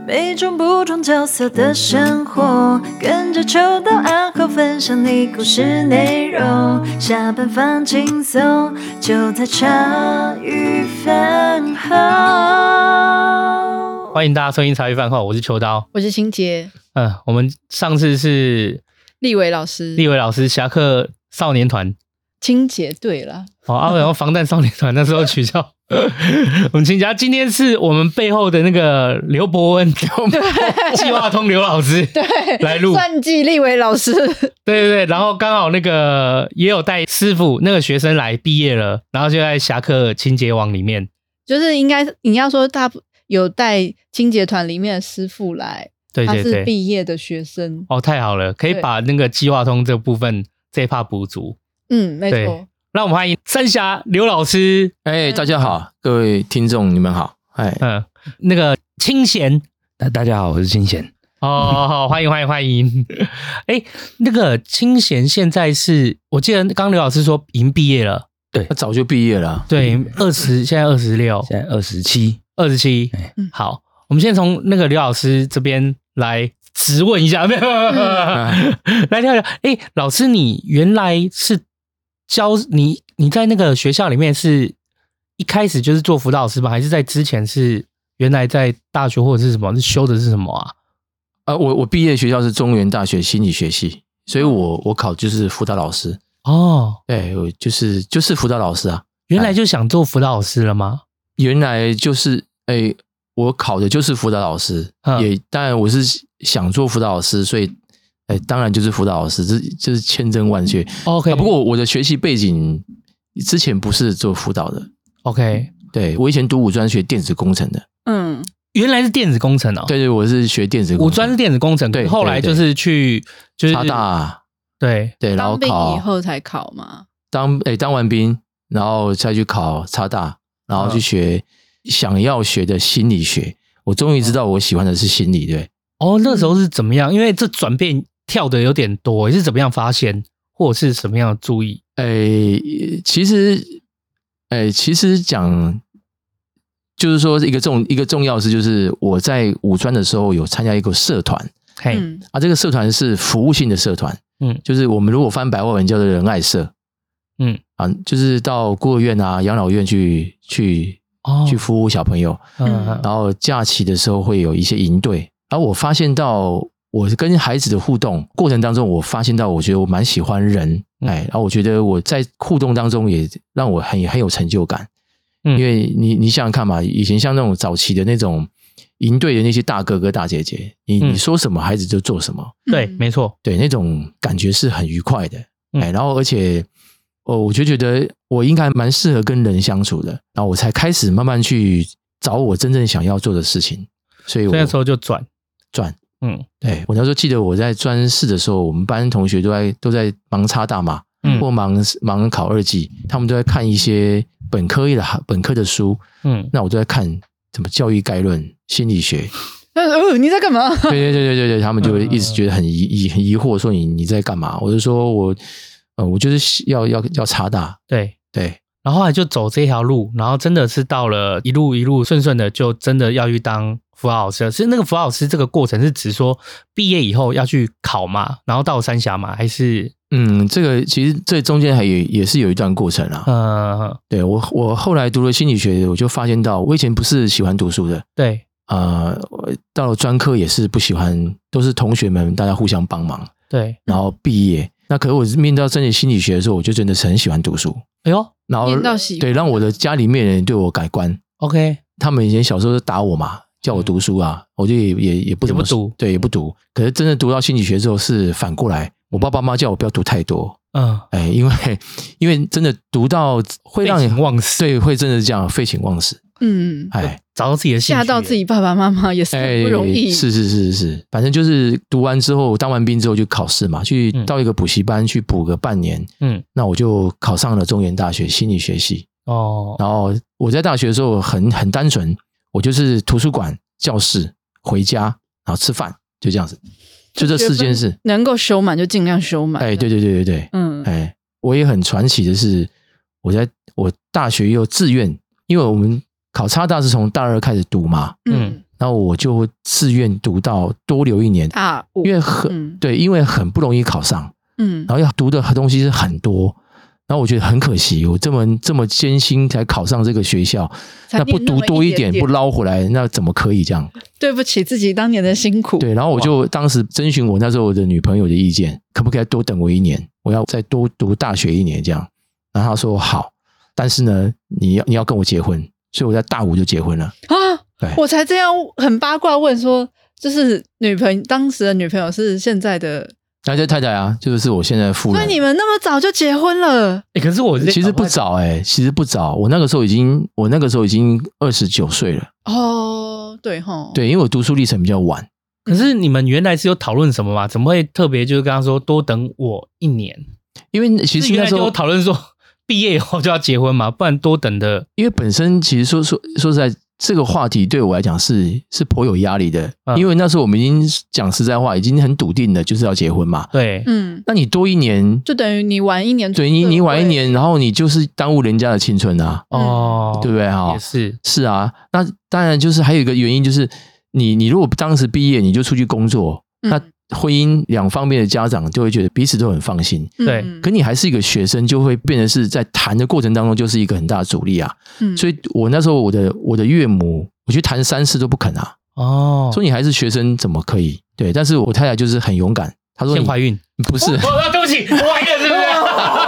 每种不同角色的生活，跟着秋到暗号分享你故事内容。下班放轻松，就在茶余饭后。 欢迎大家收听茶余饭后，我是秋刀， 我是清洁。 我们上次是立伟老师侠客少年团， 清洁对了， 然后防弹少年团那时候取消。我们清洁，今天是我们背后的那个刘伯温，计划通刘老师对来录算计立伟老师， 对，然后刚好那个也有带师傅那个学生来毕业了，然后就在侠客清洁网里面， 就是应该你要说他有带清洁团里面的师傅来， 对， 他是毕业的学生哦，太好了，可以把那个计划通这部分这一 part 补足。 没错。 让我们欢迎三峡刘老师。 大家好，各位听众你们好。 那个清闲， 大家好，我是清闲。 好，欢迎。那个清闲现在是我记得刚刘老师说已经毕业了， 对，他早就毕业了。 对，20现在26， 现在27。 好，我们先从那个刘老师这边来质问一下，没有，来聊聊。老师，你原来是教你在那个学校里面是一开始就是做辅导老师吗？还是在之前是原来在大学或者是什么？是修的是什么啊？ 我毕业学校是中原大学心理学系，所以我考就是辅导老师。对，我就是辅导老师啊。 原来就想做辅导老师了吗？ 原来就是我考的就是辅导老师，也当然我是想做辅导老师，所以当然就是辅导老师，这就是千真万确。 OK， 不过我的学习背景之前不是做辅导的。 OK， 对，我以前读五专学电子工程的。 原来是电子工程哦。 对，我是学电子工程。 五专是电子工程，对，后来就是去就是插大， 对， 然后考当兵以后才考嘛。 当完兵，然后再去考插大，然后去学想要学的心理学。我终于知道我喜欢的是心理，对。 那时候是怎么样？因为这转变跳的有点多，是怎么样发现，或者是什么样的注意？ 其实讲，就是说一个重要的事，就是我在五专的时候有参加一个社团，这个社团是服务性的社团，就是我们如果翻白话文叫做仁爱社，就是到孤儿院啊、养老院去服务小朋友，然后假期的时候会有一些营队。然后我发现到我跟孩子的互动过程当中，我发现到我觉得我蛮喜欢人，然后我觉得我在互动当中也让我很有成就感。因为你想想看嘛，以前像那种早期的那种营队的那些大哥哥大姐姐，你说什么孩子就做什么， 对，没错， 对，那种感觉是很愉快的。然后而且我就觉得我应该蛮适合跟人相处的，然后我才开始慢慢去找我真正想要做的事情。所以那时候就转， 对，我那时候记得我在专4的时候，我们班同学都在忙插大嘛，或忙考2技，他们都在看一些本科的书，那我都在看什么教育概论、心理学。 你在干嘛？ 对，他们就一直觉得很疑惑，说你在干嘛？我就说我就是要插大，对。 然后后来就走这条路，然后真的是到了一路顺顺的，就真的要去当辅导老师了。是那个辅导老师这个过程是指说毕业以后要去考嘛，然后到三峡嘛，还是？ 这个其实这中间也是有一段过程啊。对，我后来读了心理学，我就发现到我以前不是喜欢读书的， 对， 到了专科也是不喜欢，都是同学们大家互相帮忙， 对，然后毕业。那可是我面到真的心理学的时候，我就真的是很喜欢读书。然后对，让我的家里面人对我改观。 OK， 他们以前小时候打我嘛，叫我读书啊，我就也不怎么读， 对，也不读。可是真的读到心理学之后是反过来，我爸爸妈妈叫我不要读太多，因为真的读到会让你忘死， 对，会真的这样废寝忘食。 找到自己的兴趣， 吓到自己爸爸妈妈也是很不容易。 是，反正就是读完之后，当完兵之后就考试嘛，去到一个补习班去补个半年。那我就考上了中原大学心理学系。然后我在大学的时候很单纯，我就是图书馆、教室、回家，然后吃饭，就这样子，就这4件事， 能够修满就尽量修满。 对，我也很传奇的是，我大学又自愿，因为我们考插大是从大2开始读嘛， 然后我就自愿读到多留1年， 大五， 因为因为很不容易考上，然后要读的东西是很多，然后我觉得很可惜，我这么艰辛才考上这个学校，那不读多一点，不捞回来，那怎么可以这样？ 对不起自己当年的辛苦。 对，然后我就当时征询我那时候我的女朋友的意见，可不可以多等我1年，我要再多读大学1年这样。然后她说好，但是呢，你要跟我结婚，所以我在大5就结婚了啊。对， 我才这样很八卦问说，就是当时的女朋友是现在的。 那这太太啊，就是我现在的夫人。 所以你们那么早就结婚了？ 可是我其实不早其实不早。我那个时候已经29岁了。 哦，对齁， 对，因为我读书历程比较晚。 可是你们原来是有讨论什么吗？怎么会特别就是跟他说多等我1年？因为其实那时候有讨论说毕业以后就要结婚嘛，不然多等的。 因为本身其实说实在。这个话题对我来讲是颇有压力的，因为那时候我们已经讲实在话，已经很笃定的就是要结婚嘛。 对， 那你多1年， 就等于你晚1年。 对，你晚1年，然后你就是耽误人家的青春啊。 哦， 对不对哈？ 也是啊。那当然就是还有一个原因就是，你如果当时毕业你就出去工作，那婚姻2方面的家长就会觉得彼此都很放心。 对， 可你还是一个学生，就会变成是在谈的过程当中就是一个很大的阻力啊。所以我那时候我的岳母，我去谈3次都不肯啊。哦，说你还是学生怎么可以？对，但是我太太就是很勇敢，她说先怀孕不是？ 对不起，我怀孕了是不是？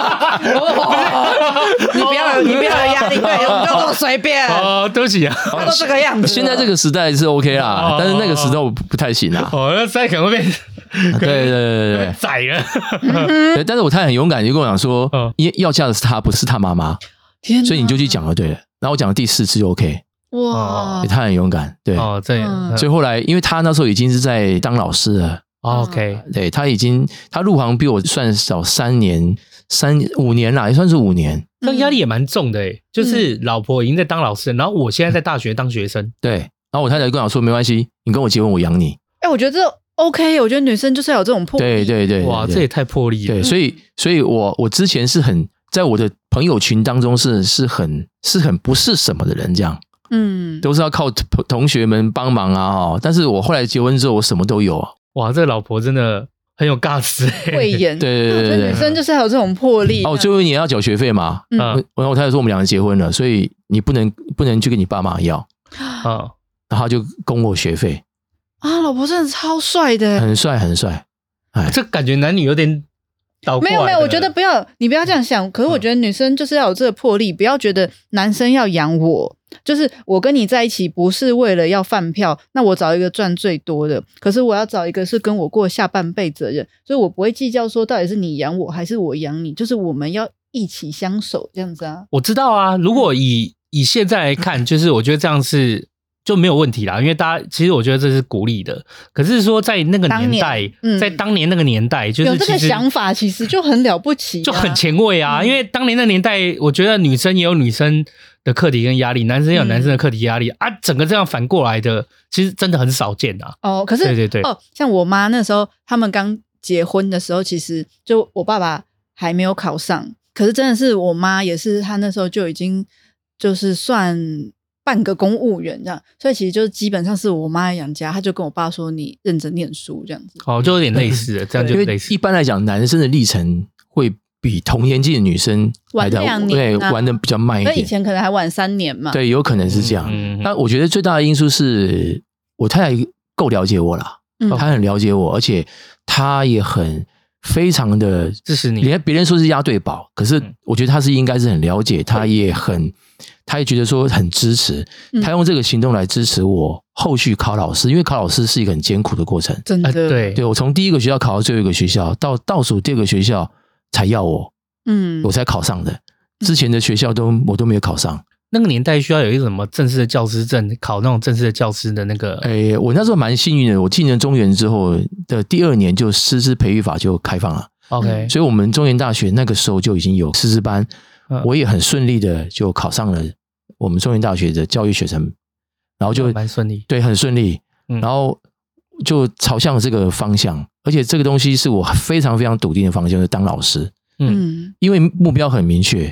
你不要有压力，对，我们就这么随便。 对不起啊， 都这个样子。 现在这个时代是 OK 啦，但是那个时代我不太行啊。 那现在可能会变。 对宰了。 对，但是我太太很勇敢，就跟我讲说，要嫁的是他，不是他妈妈，所以你就去讲了，对了。然后我讲了第4次就 OK。哇，他很勇敢，对。所以后来，因为他那时候已经是在当老师了。 OK， 对，他入行比我算少5年啦，也算是5年。 这压力也蛮重的就是老婆已经在当老师，然后我现在在大学当学生。 对，然后我太太跟我说，没关系，你跟我结婚，我养你。 我觉得这 OK， 我觉得女生就是要有这种魄力。 对， 哇，这也太魄力了。 对，所以我之前是在我的朋友群当中是很不是什么的人这样。都是要靠同学们帮忙啊。但是我后来结婚之后，我什么都有啊。 哇，这个老婆真的很有 guts， 慧眼。 对， 女生就是要有这种魄力。 最后1年要缴学费嘛。我太太说我们2人结婚了，所以你不能去跟你爸妈要。然后就供我学费。 老婆真的超帅的， 很帅。 这感觉男女有点倒过来。 没有，我觉得你不要这样想。可是我觉得女生就是要有这个魄力，不要觉得男生要养我。就是我跟你在一起不是为了要饭票，那我找一个赚最多的，可是我要找一个是跟我过下半辈子的人，所以我不会计较说到底是你养我还是我养你，就是我们要一起相守这样子啊。 我知道啊，如果以现在来看，就是我觉得这样是就没有问题啦，因为大家其实我觉得这是鼓励的。可是说在那个年代，在当年那个年代，就是有这个想法其实就很了不起， 就很前卫啊。因为当年那年代，我觉得女生也有女生的课题跟压力，男生也有男生的课题压力啊。整个这样反过来的，其实真的很少见啊。 可是对像我妈那时候，他们刚结婚的时候，其实就我爸爸还没有考上，可是真的是我妈也是，她那时候就已经就是算半个公务员这样，所以其实就是基本上是我妈养家，她就跟我爸说你认真念书这样子。 就有点类似的，这样就类似。 一般来讲，男生的历程会比同年纪的女生晚2年， 玩的比较慢一点。 以前可能还晚3年嘛。 对，有可能是这样。那我觉得最大的因素是我太太够了解我啦，她很了解我，而且她也很非常的支持你。 别人说是押对宝，可是我觉得她应该是很了解，她也觉得说很支持，她用这个行动来支持我后续考老师，因为考老师是一个很艰苦的过程。 真的， 对， 我从第1个学校考到最后1个学校，到倒数第2个学校才要我，我才考上的。之前的学校我都没有考上。 那个年代需要有一个什么正式的教师证，考那种正式的教师的那个。 我那时候蛮幸运的，我进了中原之后的第2年就师资培育法就开放了。 OK， 所以我们中原大学那个时候就已经有师资班，我也很顺利的就考上了我们中原大学的教育学程，然后就蛮顺利， 对，很顺利，然后就朝向这个方向，而且这个东西是我非常非常笃定的方向，就是当老师。因为目标很明确，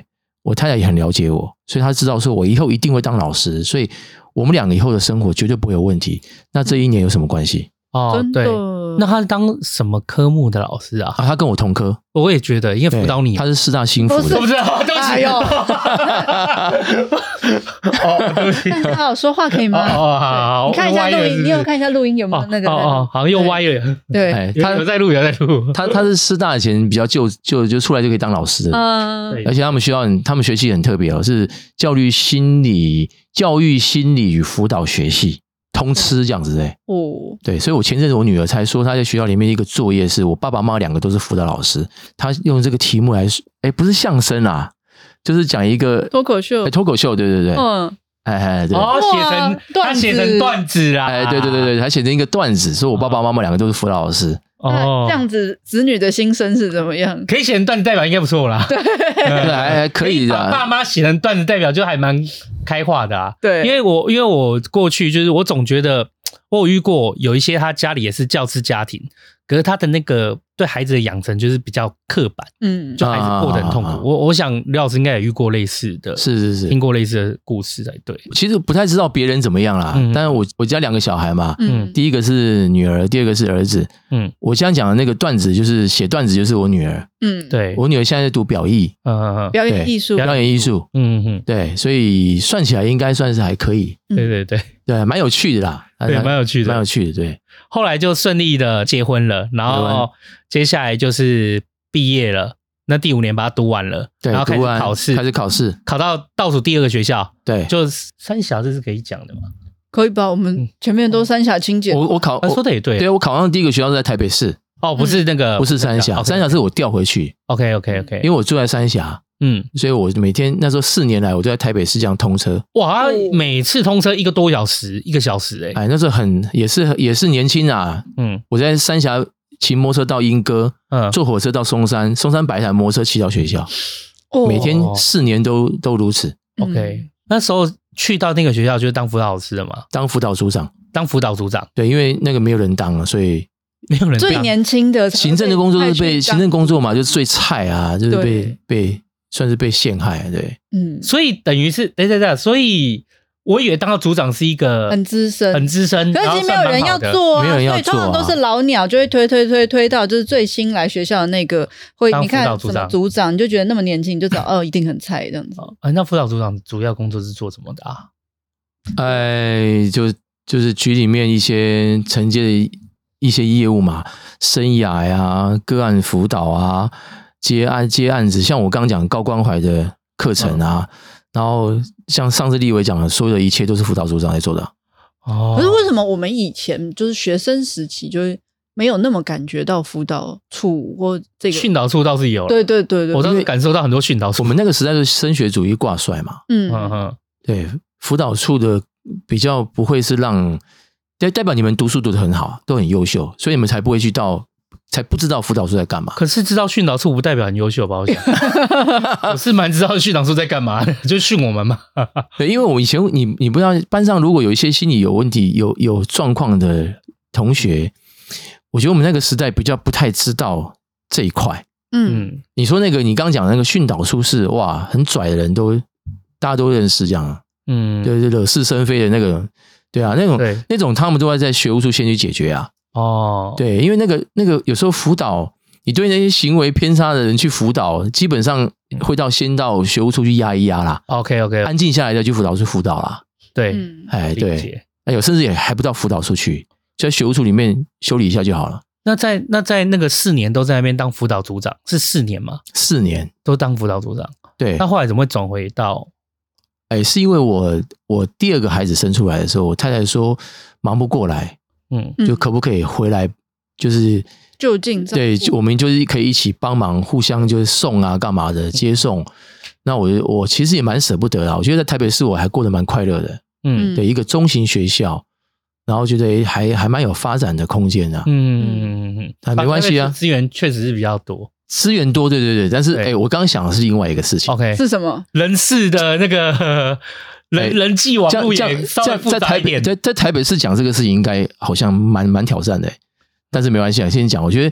我太太也很了解我，所以她知道说我以后一定会当老师，所以我们两个以后的生活绝对不会有问题。那这1年有什么关系？ 对，那他是当什么科目的老师啊？ 他跟我同科， 我也觉得应该辅导你。 他是师大心辅的， 我不知道，对不起。对不起。 好，说话可以吗？ 好， 你看一下录音，你有看一下录音有没有那个？ 好像又歪了。 对， 他有在录， 他是师大以前比较就出来就可以当老师的，而且他们学系很特别哦，是教育心理与辅导学系。通吃这样子对，所以我前阵子我女儿才说，她在学校里面一个作业是我爸爸妈妈2个都是辅导老师，她用这个题目来，不是相声啊，就是讲一个脱口秀， 对，对， 他写成段子啦， 对，他写成一个段子，说我爸爸妈妈2个都是辅导老师。 这样子子女的心声是怎么样？ 可以写成段子代表应该不错啦，对， 还可以的。 爸妈写成段子代表就还蛮开化的啊。 对， 因为我过去就是我总觉得我有遇过有一些他家里也是教师家庭，可是他的那个对孩子的养成就是比较刻板，就孩子过得很痛苦。我想刘老师应该也遇过类似的， 是听过类似的故事才对。 其实不太知道别人怎么样啦，但是我家2个小孩嘛，第一个是女儿，第二个是儿子。我现在讲的那个段子就是写段子就是我女儿， 对， 我女儿现在在读表艺， 表演艺术， 对，所以算起来应该算是还可以，对，蛮有趣的啦， 对，蛮有趣的， 对。 后来就顺利的结婚了，然后接下来就是毕业了。那第5年把它读完了，然后开始考试，考到倒数第2个学校， 对， 就三峡，这是可以讲的吗？ 可以吧？我们前面都三峡清洁。 我考， 说的也对， 对我考上第1个学校是在台北市。 不是那个， 不是三峡，三峡是我调回去。 OK， 因为我住在三峡，所以我每天那时候4年来我都在台北市这样通车。 哇，每次通车1个多小时，1个小时那时候也是年轻啊。我在三峡骑摩托车到鶯歌，坐火车到松山摆一台摩托车骑到学校，每天4年都如此。 OK，那时候去到那个学校就是当辅导老师的嘛， 当辅导组长。对，因为那个没有人当了，所以没有人最年轻的行政的工作就是行政工作嘛，就是最菜啊，就是被算是被陷害，对， 所以等于是对，所以我以为当到组长是一个很资深， 可是其实没有人要做啊， 没有人要做， 所以通常都是老鸟就会推到就是最新来学校的那个会，你看什么组长，你就觉得那么年轻，你就知道一定很菜这样子。 那辅导组长主要工作是做什么的啊？ 就是局里面一些承接的一些业务嘛，生涯啊、个案辅导啊、接案子，像我刚刚讲高关怀的课程啊，然后像上次立委讲的，所有的一切都是辅导组长在做的。 可是为什么我们以前就是学生时期就是没有那么感觉到辅导处或这个训导处倒是有， 对， 我倒是感受到很多训导处。 我们那个时代是升学主义挂帅嘛，对，辅导处的比较不会是让代表你们读书读得很好，都很优秀，所以你们才不会才不知道辅导处在干嘛。 可是知道训导处不代表很优秀吧？我想我是蛮知道训导处在干嘛的，就训我们嘛。 对，因为我以前你不知道班上如果有一些心理有问题、有状况的同学，我觉得我们那个时代比较不太知道这一块。你说那个你刚讲的那个训导处是哇很拽的人大家都认识这样，对，惹是生非的那个，对啊，那种他们都要在学务处先去解决啊。对，因为那个有时候辅导，你对那些行为偏差的人去辅导，基本上会先到学务处去压一压啦。 OK， 安静下来再去辅导处辅导啦。 对， 对，甚至也还不到辅导处去，就在学务处里面修理一下就好了。 那在那个4年都在那边当辅导组长，是4年吗？4 年都当辅导组长。 对， 那后来怎么会转回到？ 是因为我第2个孩子生出来的时候，我太太说忙不过来，就可不可以回来，就是就近对，我们就是可以一起帮忙，互相就是送啊干嘛的接送。那我其实也蛮舍不得啊，我觉得在台北市我还过得蛮快乐的，对，一个中型学校，然后觉得还蛮有发展的空间的，没关系啊， 资源确实是比较多。 资源多，对，但是我刚刚想的是另外一个事情。 OK， 是什么？ 人事的那个人际网络也稍微复杂一点。 在台北市讲这个事情，应该好像蛮挑战的，但是没关系啊，先讲。我觉得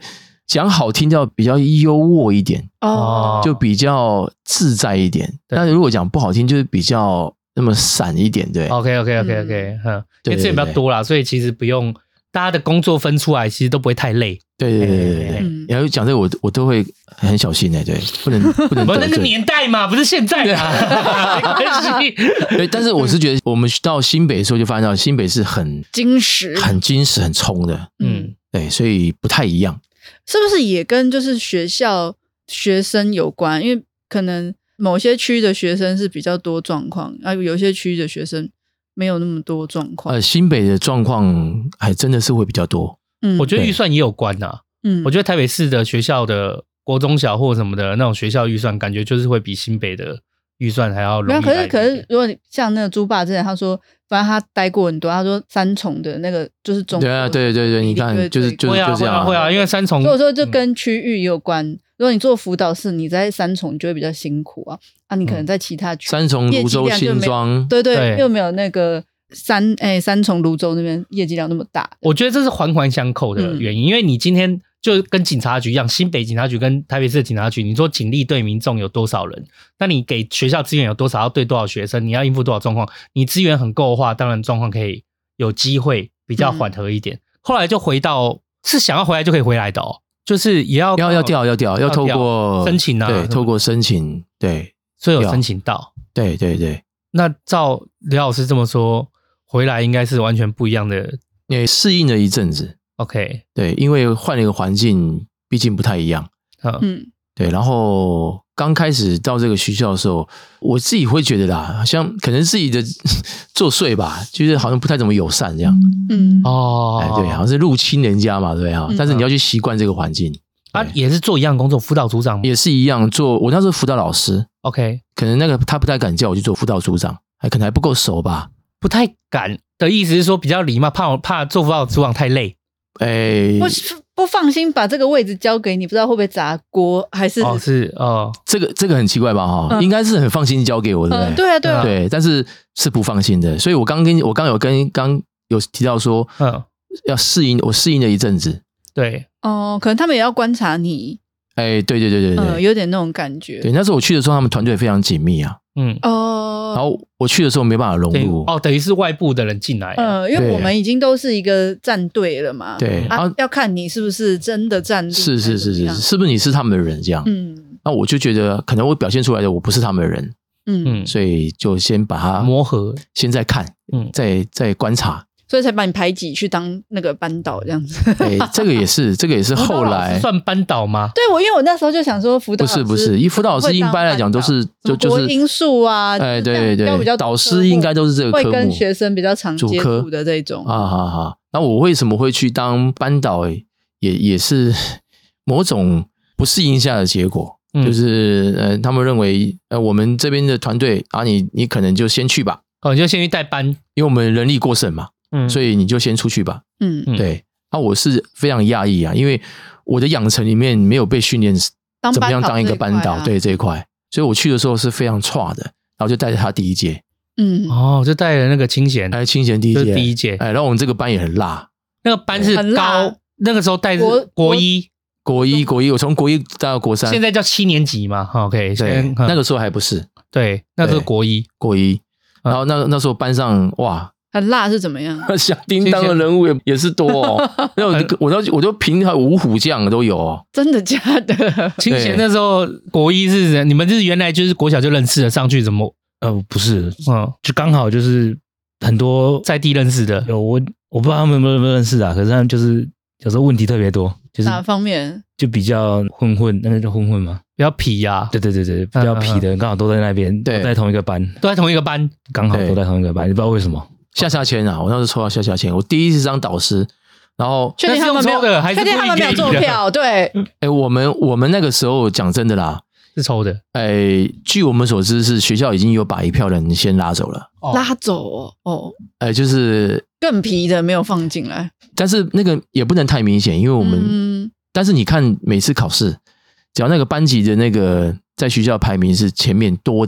讲好听叫比较优渥一点哦， 就比较自在一点。但是如果讲不好听，就是比较那么散一点，对。 OK， 因为资源比较多啦，所以其实不用大家的工作分出来，其实都不会太累。 对，然后讲这个我都会很小心对，不能得罪。 那个年代嘛，不是现在嘛，没关系。 对，但是我是觉得我们到新北的时候就发现到新北是很精实、很冲的，对，所以不太一样。 是不是也跟就是学校学生有关？因为可能某些区的学生是比较多状况，有些区的学生没有那么多状况。 新北的状况还真的是会比较多。 我觉得预算也有关啊。我觉得台北市的学校的国中小或什么的那种学校预算，感觉就是会比新北的预算还要容易来一点。 可是如果你像那个猪爸之前他说，反正他待过很多，他说三重的那个就是中国。 对，你看就是这样。 会啊，因为三重， 所以说就跟区域有关。如果你做辅导室，你在三重就会比较辛苦啊。你可能在其他区， 三重、泸州、新庄， 对，又没有那个三重、泸州那边业绩量那么大。 我觉得这是环环相扣的原因，因为你今天就跟警察局一样，新北警察局跟台北市的警察局，你说警力对民众有多少人，那你给学校资源有多少，要对多少学生，你要应付多少状况，你资源很够的话，当然状况可以有机会比较缓和一点。后来就回到是想要回来就可以回来的就是也要调，要透过申請啊， 对，透过申请，对， 所以有申请到， 对。 那照刘老师这么说，回来应该是完全不一样的， 也适应了一阵子。 OK， 对，因为换了一个环境，毕竟不太一样。对。然后刚开始到这个学校的时候，我自己会觉得啦，好像可能自己的作祟吧，就是好像不太怎么友善这样。对，好像是入侵人家嘛，对啊。但是你要去习惯这个环境。 也是做一样工作，辅导组长吗？ 也是一样做。我那时候辅导老师 ，OK， 可能那个他不太敢叫我去做辅导组长，可能还不够熟吧。 不太敢的意思是说比较礼貌，怕做辅导组长太累。 不放心把这个位置交给你，不知道会不会砸锅，还是这个很奇怪吧应该是很放心交给我，对不对？ 对啊， 对，但是不放心的，所以我刚有提到说，要适应，我适应了一阵子， 对， 可能他们也要观察你， 对， 有点那种感觉。 对，那时候我去的时候，他们团队非常紧密啊，然后我去的时候没办法融入， 等于是外部的人进来， 因为我们已经都是一个战队了嘛， 对， 要看你是不是真的战力， 是不是你是他们的人这样，那我就觉得可能我表现出来的我不是他们的人，所以就先把它磨合， 先再看，再观察。 所以才把你排挤去当那个班导这样子。 这个也是后来算班导吗？ 对，因为我那时候就想说辅导老师不是，辅导老师一般来讲都是就是因素啊， 对，导师应该都是这个科目， 会跟学生比较常接触的这种。 好。那我为什么会去当班导？也是某种不适应下的结果，就是他们认为我们这边的团队你可能就先去吧， 你就先去带班， 因为我们人力过剩嘛。所以你就先出去吧。对。我是非常讶异啊，因为我的养成里面没有被训练怎么样当一个班导，对这一块，所以我去的时候是非常差的，然后就带着他第一届。 就带了那个清闲， 清闲第一届，然后我们这个班也很辣， 那个班是高，那个时候带国一，我从国一带到国三，现在叫7年级嘛。OK， 对，那个时候还不是，对， 那是国一， 然后那时候班上哇。 很辣是怎么样？ 响叮当的人物也是多我就评五虎将都有真的假的？ 清闲那时候国一是你们是原来就是国小就认识了，上去怎么？ 不是，就刚好就是很多在地认识的， 我不知道他们有没有认识啊，可是他们就是有时候问题特别多，就是哪方面？ 就比较混，那个叫混嘛， 比较痞呀， 对，比较痞的人刚好都在那边，都在同一个班，刚好都在同一个班，你不知道为什么。 下签啊！我那时候抽到下签，我第一次当导师，然后确定他们没有的，还是确定他们没有做票？对， 我们那个时候讲真的啦， 是抽的。 据我们所知是学校已经有把一票人先拉走了， 拉走就是更皮的没有放进来， 但是那个也不能太明显，因为我们，但是你看每次考试，只要那个班级的那个在学校排名是前面多的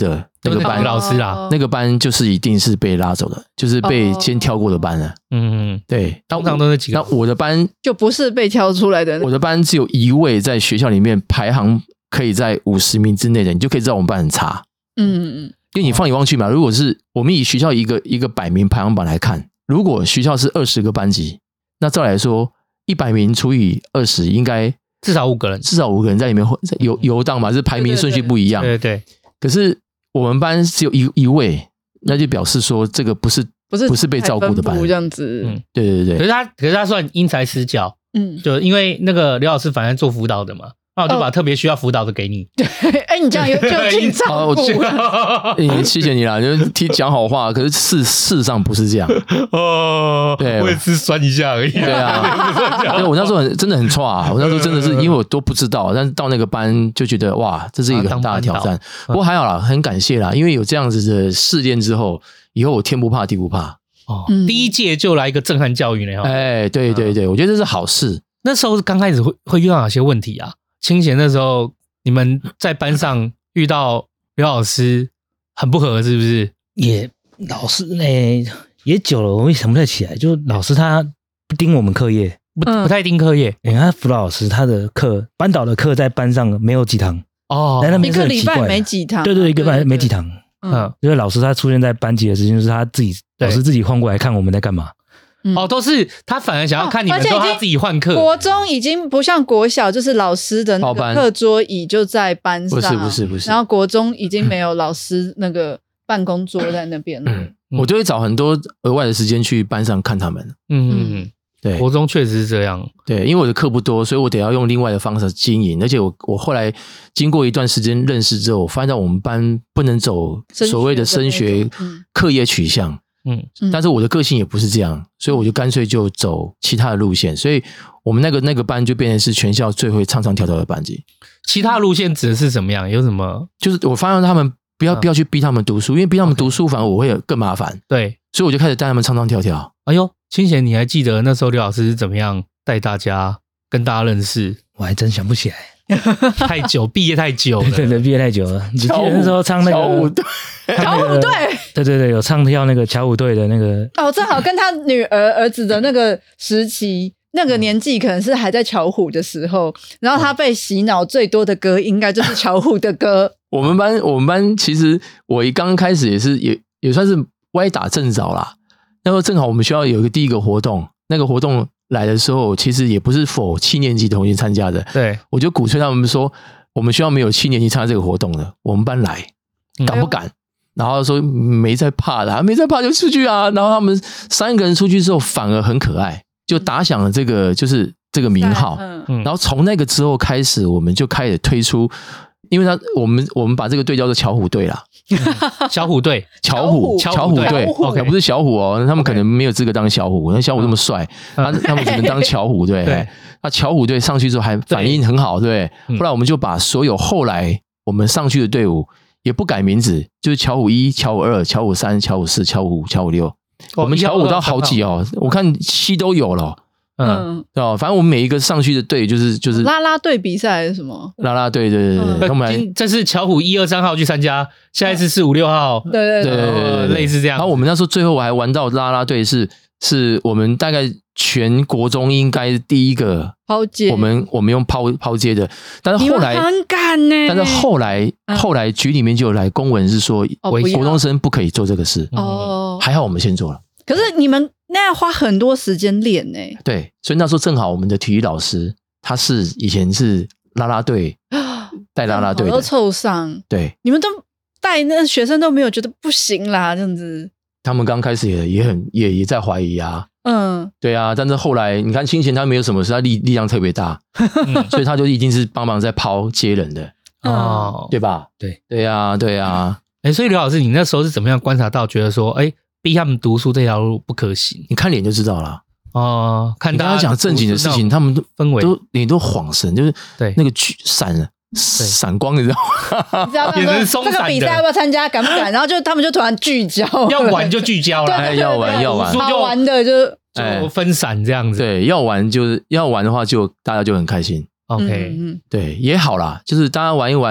那个班老师啊， 那个班就是一定是被拉走的，就是被先挑过的班了。对， 通常都是几个。 那我的班就不是被挑出来的。 我的班只有一位在学校里面排行可以在50名之内的，你就可以知道我们班很差。因为你放眼望去嘛，如果是我们以学校一个100名排行榜来看，如果学校是20个班级，那照来说100名除以20，应该至少5个人， 在里面游荡嘛，是排名顺序不一样。 对。 可是我们班只有一位，那就表示说这个不是被照顾的班， 这样子。 对。 可是他算因材施教，就因为那个刘老师反正做辅导的嘛。那我就把特别需要辅导的给你。 对，你这样就挺照顾。 谢谢你啦，就讲好话。可是事实上不是这样。对， 我也是酸一下而已。 对啊，因为我那时候真的很差，我那时候真的是因为我都不知道，但是到那个班就觉得哇，这是一个很大的挑战。不过还好啦，很感谢啦，因为有这样子的试炼之后，以后我天不怕地不怕。 第一届就来一个震撼教育呢。 对，我觉得这是好事。 那时候刚开始会遇到哪些问题啊？清闲那时候，你们在班上遇到刘老师很不合，是不是？ 老师呢也久了，我也想不太起来。就老师他不盯我们课业， 不太盯课业。 他辅导老师他的课，班导的课在班上没有几堂一个礼拜没几堂。 对，一个礼拜没几堂。因为老师他出现在班级的时间，就是他自己老师自己换过来看我们在干嘛。 都是他反而想要看你们，说他自己换课。 国中已经不像国小，就是老师的那个课桌椅就在班上， 不是。 然后国中已经没有老师那个办公桌在那边了。 我就会找很多额外的时间去班上看他们。对， 国中确实是这样。 对，因为我的课不多，所以我得要用另外的方式经营。而且我后来经过一段时间认识之后，我发现到我们班不能走所谓的升学课业取向。但是我的个性也不是这样，所以我就干脆就走其他的路线，所以我们那个班就变成是全校最会唱唱跳跳的班级。 其他路线指的是什么样？有什么？ 就是我发现他们不要去逼他们读书，因为逼他们读书反而我会更麻烦。 对， 所以我就开始带他们唱唱跳跳。 哎呦，清闲，你还记得那时候刘老师是怎么样带大家跟大家认识？ 我还真想不起来。 太久，毕业太久了。 对，毕业太久了。你记得那时候唱那个巧虎队， 对，有唱跳那个巧虎队的那个。 正好跟他女儿子的那个时期，那个年纪可能是还在巧虎的时候，然后他被洗脑最多的歌应该就是巧虎的歌。 我们班其实我刚开始也算是歪打正着啦。那时候正好我们学校有一个第一个活动，那个活动来的时候，其实也不是否7年级同学参加的。 对， 我就鼓吹他们说，我们学校没有7年级参加这个活动的，我们班来，敢不敢？然后说没在怕的，没在怕就出去啊。然后他们3个人出去之后，反而很可爱，就打响了这个就是这个名号。然后从那个之后开始，我们就开始推出。因为我们把这个队叫做巧虎队啦， 巧虎队， 巧虎队 ，OK， 不是小虎哦，他们可能没有资格当小虎，那小虎这么帅，他们只能当巧虎队。那巧虎队上去之后还反应很好，对。后来我们就把所有后来我们上去的队伍也不改名字，就是巧虎1、巧虎2、巧虎3、巧虎4、巧虎5、巧虎6，我们巧虎到好几哦，我看7都有了。对吧？反正我们每一个上去的队就是啦啦队比赛还是什么？ 啦啦队，对。我们来， 这是巧虎1、2、3号去参加，下一次4、5、6号， 对， 类似这样。 然后我们那时候最后我还玩到啦啦队是我们大概全国中应该第一个抛接， 我们用抛接的，但是后来很敢呢。 但是后来局里面就有来公文是说，国中生不可以做这个事。还好我们先做了。 可是你们那要花很多时间练呢。 对，所以那时候正好我们的体育老师他是以前是啦啦队带啦啦队的， 都凑上。 对， 你们都带那学生都没有觉得不行啦，这样子。 他们刚开始也在怀疑啊。对啊，但是后来你看清闲他没有什么事，他力量特别大，所以他就一定是帮忙在抛接人的对吧？对啊。 所以刘老师，你那时候是怎么样观察到，觉得说，逼他们读书这条路不可行？ 你看脸就知道了。 看大家讲正经的事情，他们氛围脸都晃神，就是那个闪光，你知道吗？这个比赛要不要参加？敢不敢？然后他们就突然聚焦， 要玩就聚焦了， 要玩， 好玩的就分散这样子。 对，要玩的话，就大家就很开心。 OK， 对，也好啦，就是大家玩一玩，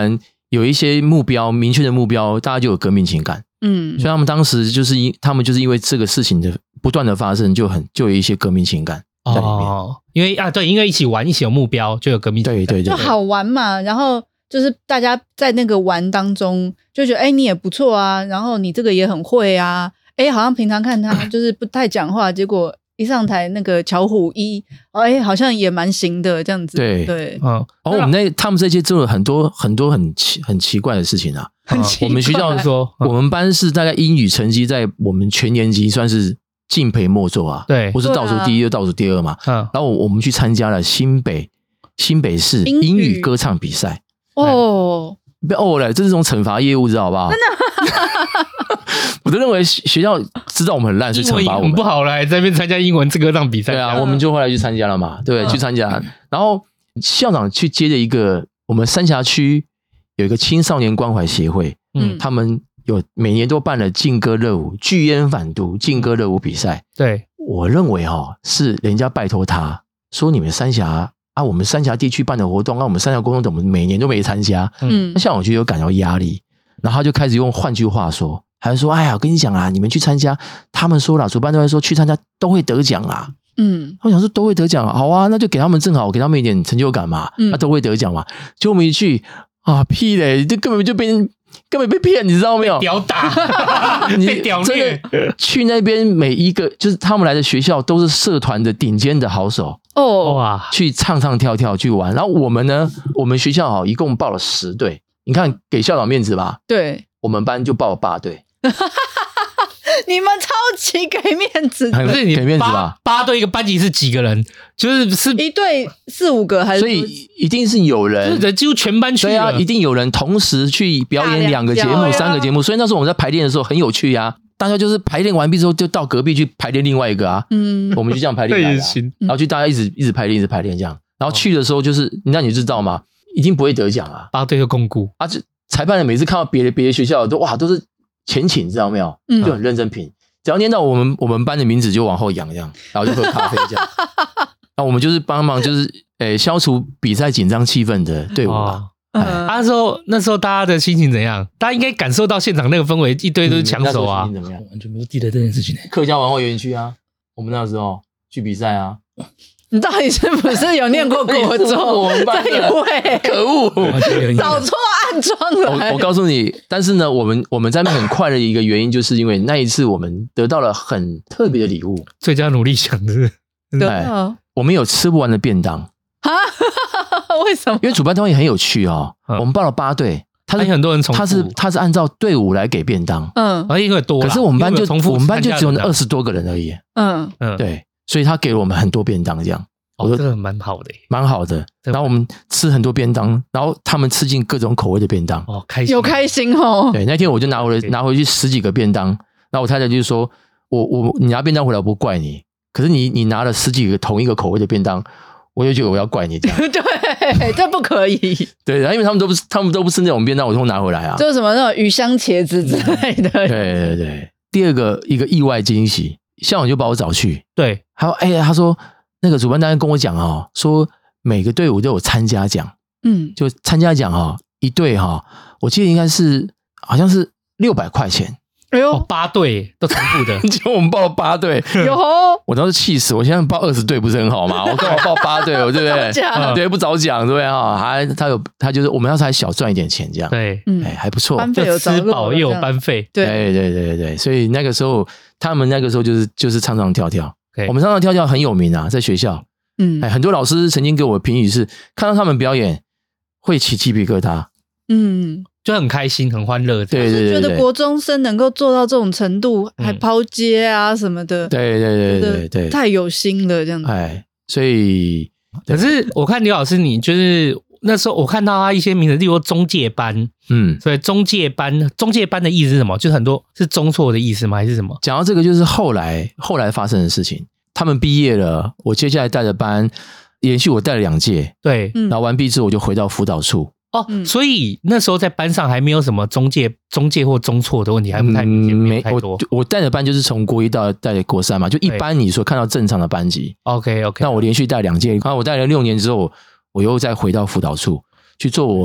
有一些目标明确的目标，大家就有革命情感。所以他们当时他们就是因为这个事情的不断的发生，就有一些革命情感在里面。 因为一起玩，一起有目标，就有革命情感。 对， 就好玩嘛。然后就是大家在那个玩当中就觉得，你也不错啊，然后你这个也很会啊，好像平常看他就是不太讲话，结果一上台那个巧虎一，好像也蛮行的这样子。对， 他们这届做了很多很多很奇怪的事情啊。我们学校说，我们班是大概英语成绩在我们全年级算是敬陪末座啊。 对， 我是倒数第一又倒数第二嘛。然后我们去参加了新北市英语歌唱比赛。了，这是种惩罚业务，知道吧？真的。我都认为学校知道我们很烂，所以惩罚我们不好了，在那边参加英文歌唱比赛。 对啊，我们就后来去参加了嘛，对，去参加。然后校长去接着一个，我们三峡区有一个青少年关怀协会，他们每年都办了劲歌热舞、拒烟反毒劲歌热舞比赛。 对， 我认为是人家拜托他说你们三峡我们三峡地区办的活动，我们三峡高中怎么每年都没参加？那校长就有感到压力，然后他就开始用换句话说，还是说，我跟你讲啊，你们去参加，他们说啦，主办单位说去参加都会得奖啊。我想说都会得奖，好啊，那就给他们正好给他们一点成就感嘛，那都会得奖嘛。结果我们一去屁嘞，这根本被骗，你知道没有？ 屌打，被屌虐。 去那边每一个就是他们来的学校都是社团的顶尖的好手哇， 去唱跳去玩。然后我们呢，我们学校一共报了10队，你看给校长面子吧？ 对， 我们班就报了8队。 你们超级给面子， 不是你给面子吧 ？8队一个班级是几个人？就是一队4、5个还是？ 所以一定是有人， 几乎全班去了。 对啊，一定有人同时去表演2个节目、3个节目。所以那时候我们在排练的时候很有趣啊，大家就是排练完毕之后就到隔壁去排练另外一个啊。我们就这样排练来的然后就大家一直排练这样。然后去的时候就是你就知道嘛，一定不会得奖啊。 8队就公布就裁判每次看到别的学校都是前请，知道没有？就很认真评，只要念到我们班的名字就往后仰这样，然后就喝咖啡这样。那我们就是帮忙，就是消除比赛紧张气氛的队伍吧。 那时候大家的心情怎样？大家应该感受到现场那个氛围，一堆都是枪手啊。 怎么样？完全没有记得这件事情。 客家文化园区啊，我们那时候去比赛啊。 你到底是不是有念过国中？ 我们班的，可恶， 找错暗桩了。 我告诉你，但是呢，我们在那很快的一个原因，就是因为那一次我们得到了很特别的礼物， 最佳努力奖的。 我们有吃不完的便当。 为什么？ 因为主办单位很有趣我们报了8队， 很多人重复， 他是按照队伍来给便当， 因为多， 可是我们班就只有20多个人而已，对。所以他给了我们很多便当，这样， 我说这个蛮好的， 蛮好的。然后我们吃很多便当，然后他们吃进各种口味的便当， 开心， 有开心哦。 对，那天我就拿回去10几个便当，然后我太太就说，你拿便当回来我不怪你，可是你拿了10几个同一个口味的便当，我就觉得我要怪你这样。 对，这不可以。 对，然后因为他们都不是那种便当，我都拿回来啊， 就是什么那种鱼香茄子之类的。 对。第二个一个意外惊喜。校长就把我找去， 对， 他说那个主办单位跟我讲说每个队伍都有参加奖，就参加奖一队我记得应该是好像是600块钱。 哎呦 ，8队都重复的， 就我们报了8队，我当时气死，我现在报20队不是很好吗？我干嘛报8队，对不对？对，不找奖，对不对？他就是我们要是还小赚一点钱这样， 对， 还不错， 就吃饱又有班费， 对，所以那个时候他们那个时候就是唱跳，我们唱跳很有名啊，在学校，很多老师曾经给我的评语是，看到他们表演会起鸡皮疙瘩， 就很开心，很欢乐。 对， 觉得国中生能够做到这种程度，还抛接啊什么的， 对， 太有心了这样子。 所以可是我看刘老师，你就是那时候我看到他一些名字，例如中介班，所以中介班的意思是什么？就是很多是中错的意思吗？还是什么？ 讲到这个，就是后来发生的事情。他们毕业了，我接下来带的班，连续我带了2届， 对， 然后完毕之后我就回到辅导处。 所以那时候在班上还没有什么中介或中错的问题，还不太没太多。 我带的班就是从国1到带国3嘛，就一般你所看到正常的班级。 OK， 那我连续带2届，然后我带了6年之后，我又再回到辅导处去做我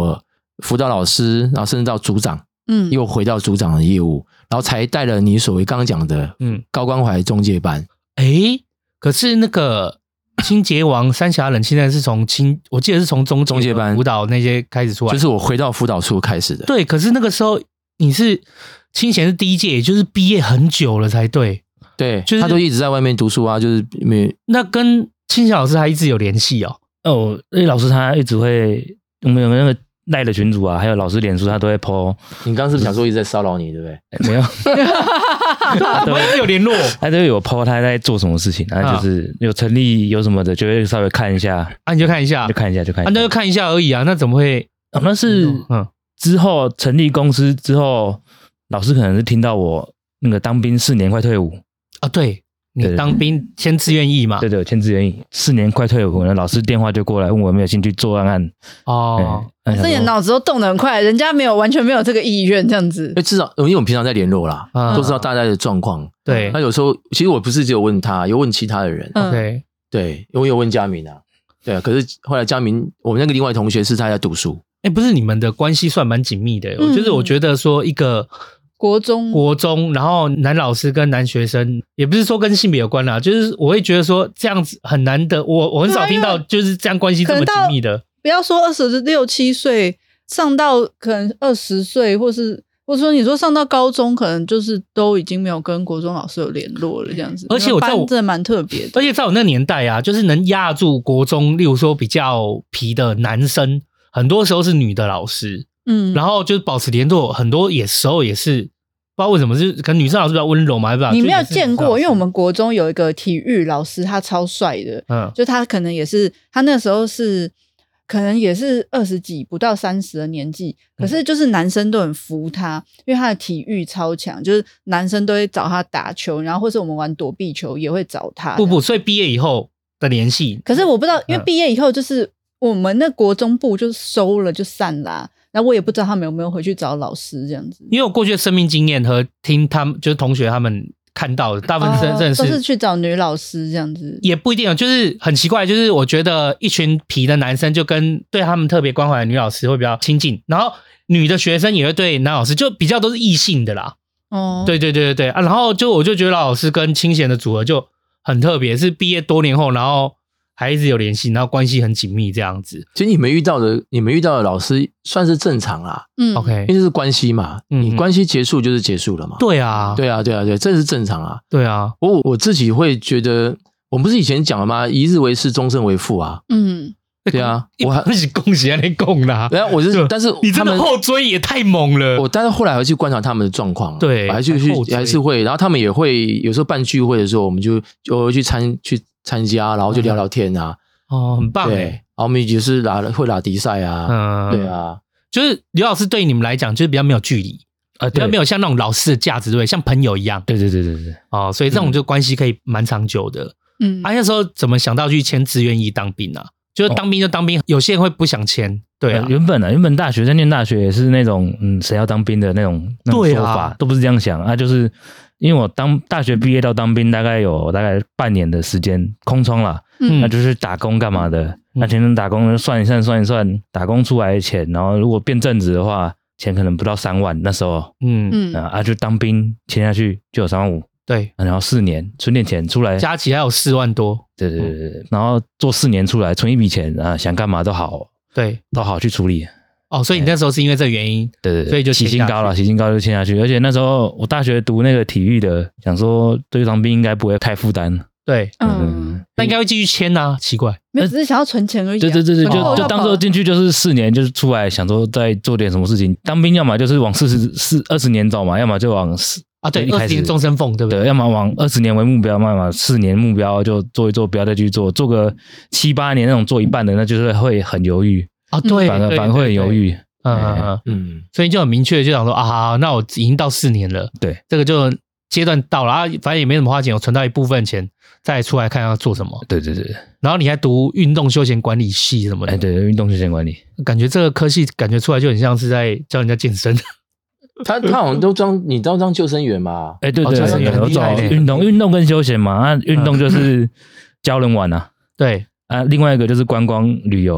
辅导老师，然后甚至到组长，又回到组长的业务，然后才带了你所谓刚刚讲的，高关怀中介班。 可是那个清洁王三峡冷现在是从我记得是从中介班辅导那些开始出来， 就是我回到辅导处开始的。 对，可是那个时候你是清贤是第一届，也就是毕业很久了才对。 对， 就是他都一直在外面读书啊，就是没。 那跟清贤老师还一直有联系哦。 老师他一直会，我们有那个赖的群组啊，还有老师脸书他都会 po。 你刚刚是不是想说一直在骚扰你，对不对？ 没有， 他都有联络， 他都有 po 他在做什么事情，然后就是有成立有什么的，就会稍微看一下。 你就看一下， 就看一下。 那就看一下而已啊，那怎么会？ 那是之后成立公司之后，老师可能是听到我那个当兵4年快退伍啊，对。你当兵签志愿役嘛？ 对，签志愿役，4年快退伍了，老师电话就过来问我有没有兴趣做案。 所以脑子都动得很快，人家完全没有这个意愿这样子。 至少因为我们平常在联络啦，都知道大家的状况。 对， 那有时候其实我不是只有问他，有问其他的人。对，我有问佳明啊。对啊，可是后来佳明，我们那个另外同学是他在读书。 不是你们的关系算蛮紧密的，就是我觉得说一个。 国中，然后男老师跟男学生，也不是说跟性别有关啦，就是我会觉得说这样子很难得，我很少听到就是这样关系这么紧密的。不要说26、7岁，上到可能20岁，或者说你说上到高中，可能就是都已经没有跟国中老师有联络了这样子。而且我真的蛮特别的。而且在我那个年代啊，就是能压住国中，例如说比较皮的男生，很多时候是女的老师。然后就是保持联络，很多时候也是不知道为什么，是可能女生老师比较温柔嘛，你没有见过？因为我们国中有一个体育老师，他超帅的，就他可能也是，他那时候是可能也是20几不到30的年纪，可是就是男生都很服他，因为他的体育超强，就是男生都会找他打球，然后或是我们玩躲避球也会找他。所以毕业以后的联系，可是我不知道，因为毕业以后就是我们那国中部就收了就散啦。然后我也不知道他们有没有回去找老师这样子，因为我过去的生命经验和听他们就是同学他们看到的，大部分真的是都是去找女老师这样子，也不一定，就是很奇怪，就是我觉得一群皮的男生就跟对他们特别关怀的女老师会比较亲近，然后女的学生也会对男老师就比较都是异性的啦。对啊，然后我就觉得老师跟清贤的组合就很特别，是毕业多年后，然后还一直有联系，然后关系很紧密这样子。其实你们遇到的老师算是正常啦，OK， 因为这是关系嘛，你关系结束就是结束了嘛。对啊，这是正常啊。对啊，我自己会觉得，我们不是以前讲了吗？一日为师，终身为父啊。对啊，我还是恭喜你讲啦。对啊，但是你真的后追也太猛了。但是后来还去观察他们的状况，对，还是会，然后他们也会有时候办聚会的时候，我们就会去参加，然后就聊聊天啊。很棒哎。然后我们也是会打比赛啊。对啊，就是刘老师对你们来讲就是比较没有距离，比较没有像那种老师的价值，对，像朋友一样。对。所以这种就关系可以蛮长久的。那时候怎么想到去签志愿役当兵啊？就是当兵就当兵，有些人会不想签。对啊，原本大学在念大学也是那种谁要当兵的那种说法，都不是这样想啊。就是因为我大学毕业到当兵大概半年的时间空窗啦，那就是打工干嘛的。那前面打工算一算，打工出来的钱，然后如果变正职的话，钱可能不到3万那时候。就当兵签下去就有3万5。对，然后4年存点钱出来，加起来有4万多。对，然后做4年出来存一笔钱啊，想干嘛都好，对，都好去处理。所以你那时候是因为这个原因，对，所以就起薪高了，起薪高就签下去。而且那时候我大学读那个体育的，想说对当兵应该不会太负担。对，那应该会继续签啊，奇怪，没有，只是想要存钱而已。对，就当时候进去就是4年，就是出来想说再做点什么事情。当兵要么就是往20年走嘛，要么就往对，20年终身俸，对不对？要么往20年为目标，要么4年目标就做一做，不要再去做个7、8年那种做一半的，那就是会很犹豫对，反而会很犹豫。所以就很明确就想说好，那我已经到4年了，对，这个就阶段到了反正也没什么花钱，我存到一部分钱再出来看要做什么。对，然后你还读运动休闲管理系什么的。对，运动休闲管理，感觉这个科系感觉出来就很像是在教人家健身。他好像都你都当救生员嘛？对，救生员我找运动跟休闲嘛。运动就是教人玩啊。对啊，另外一个就是观光旅游。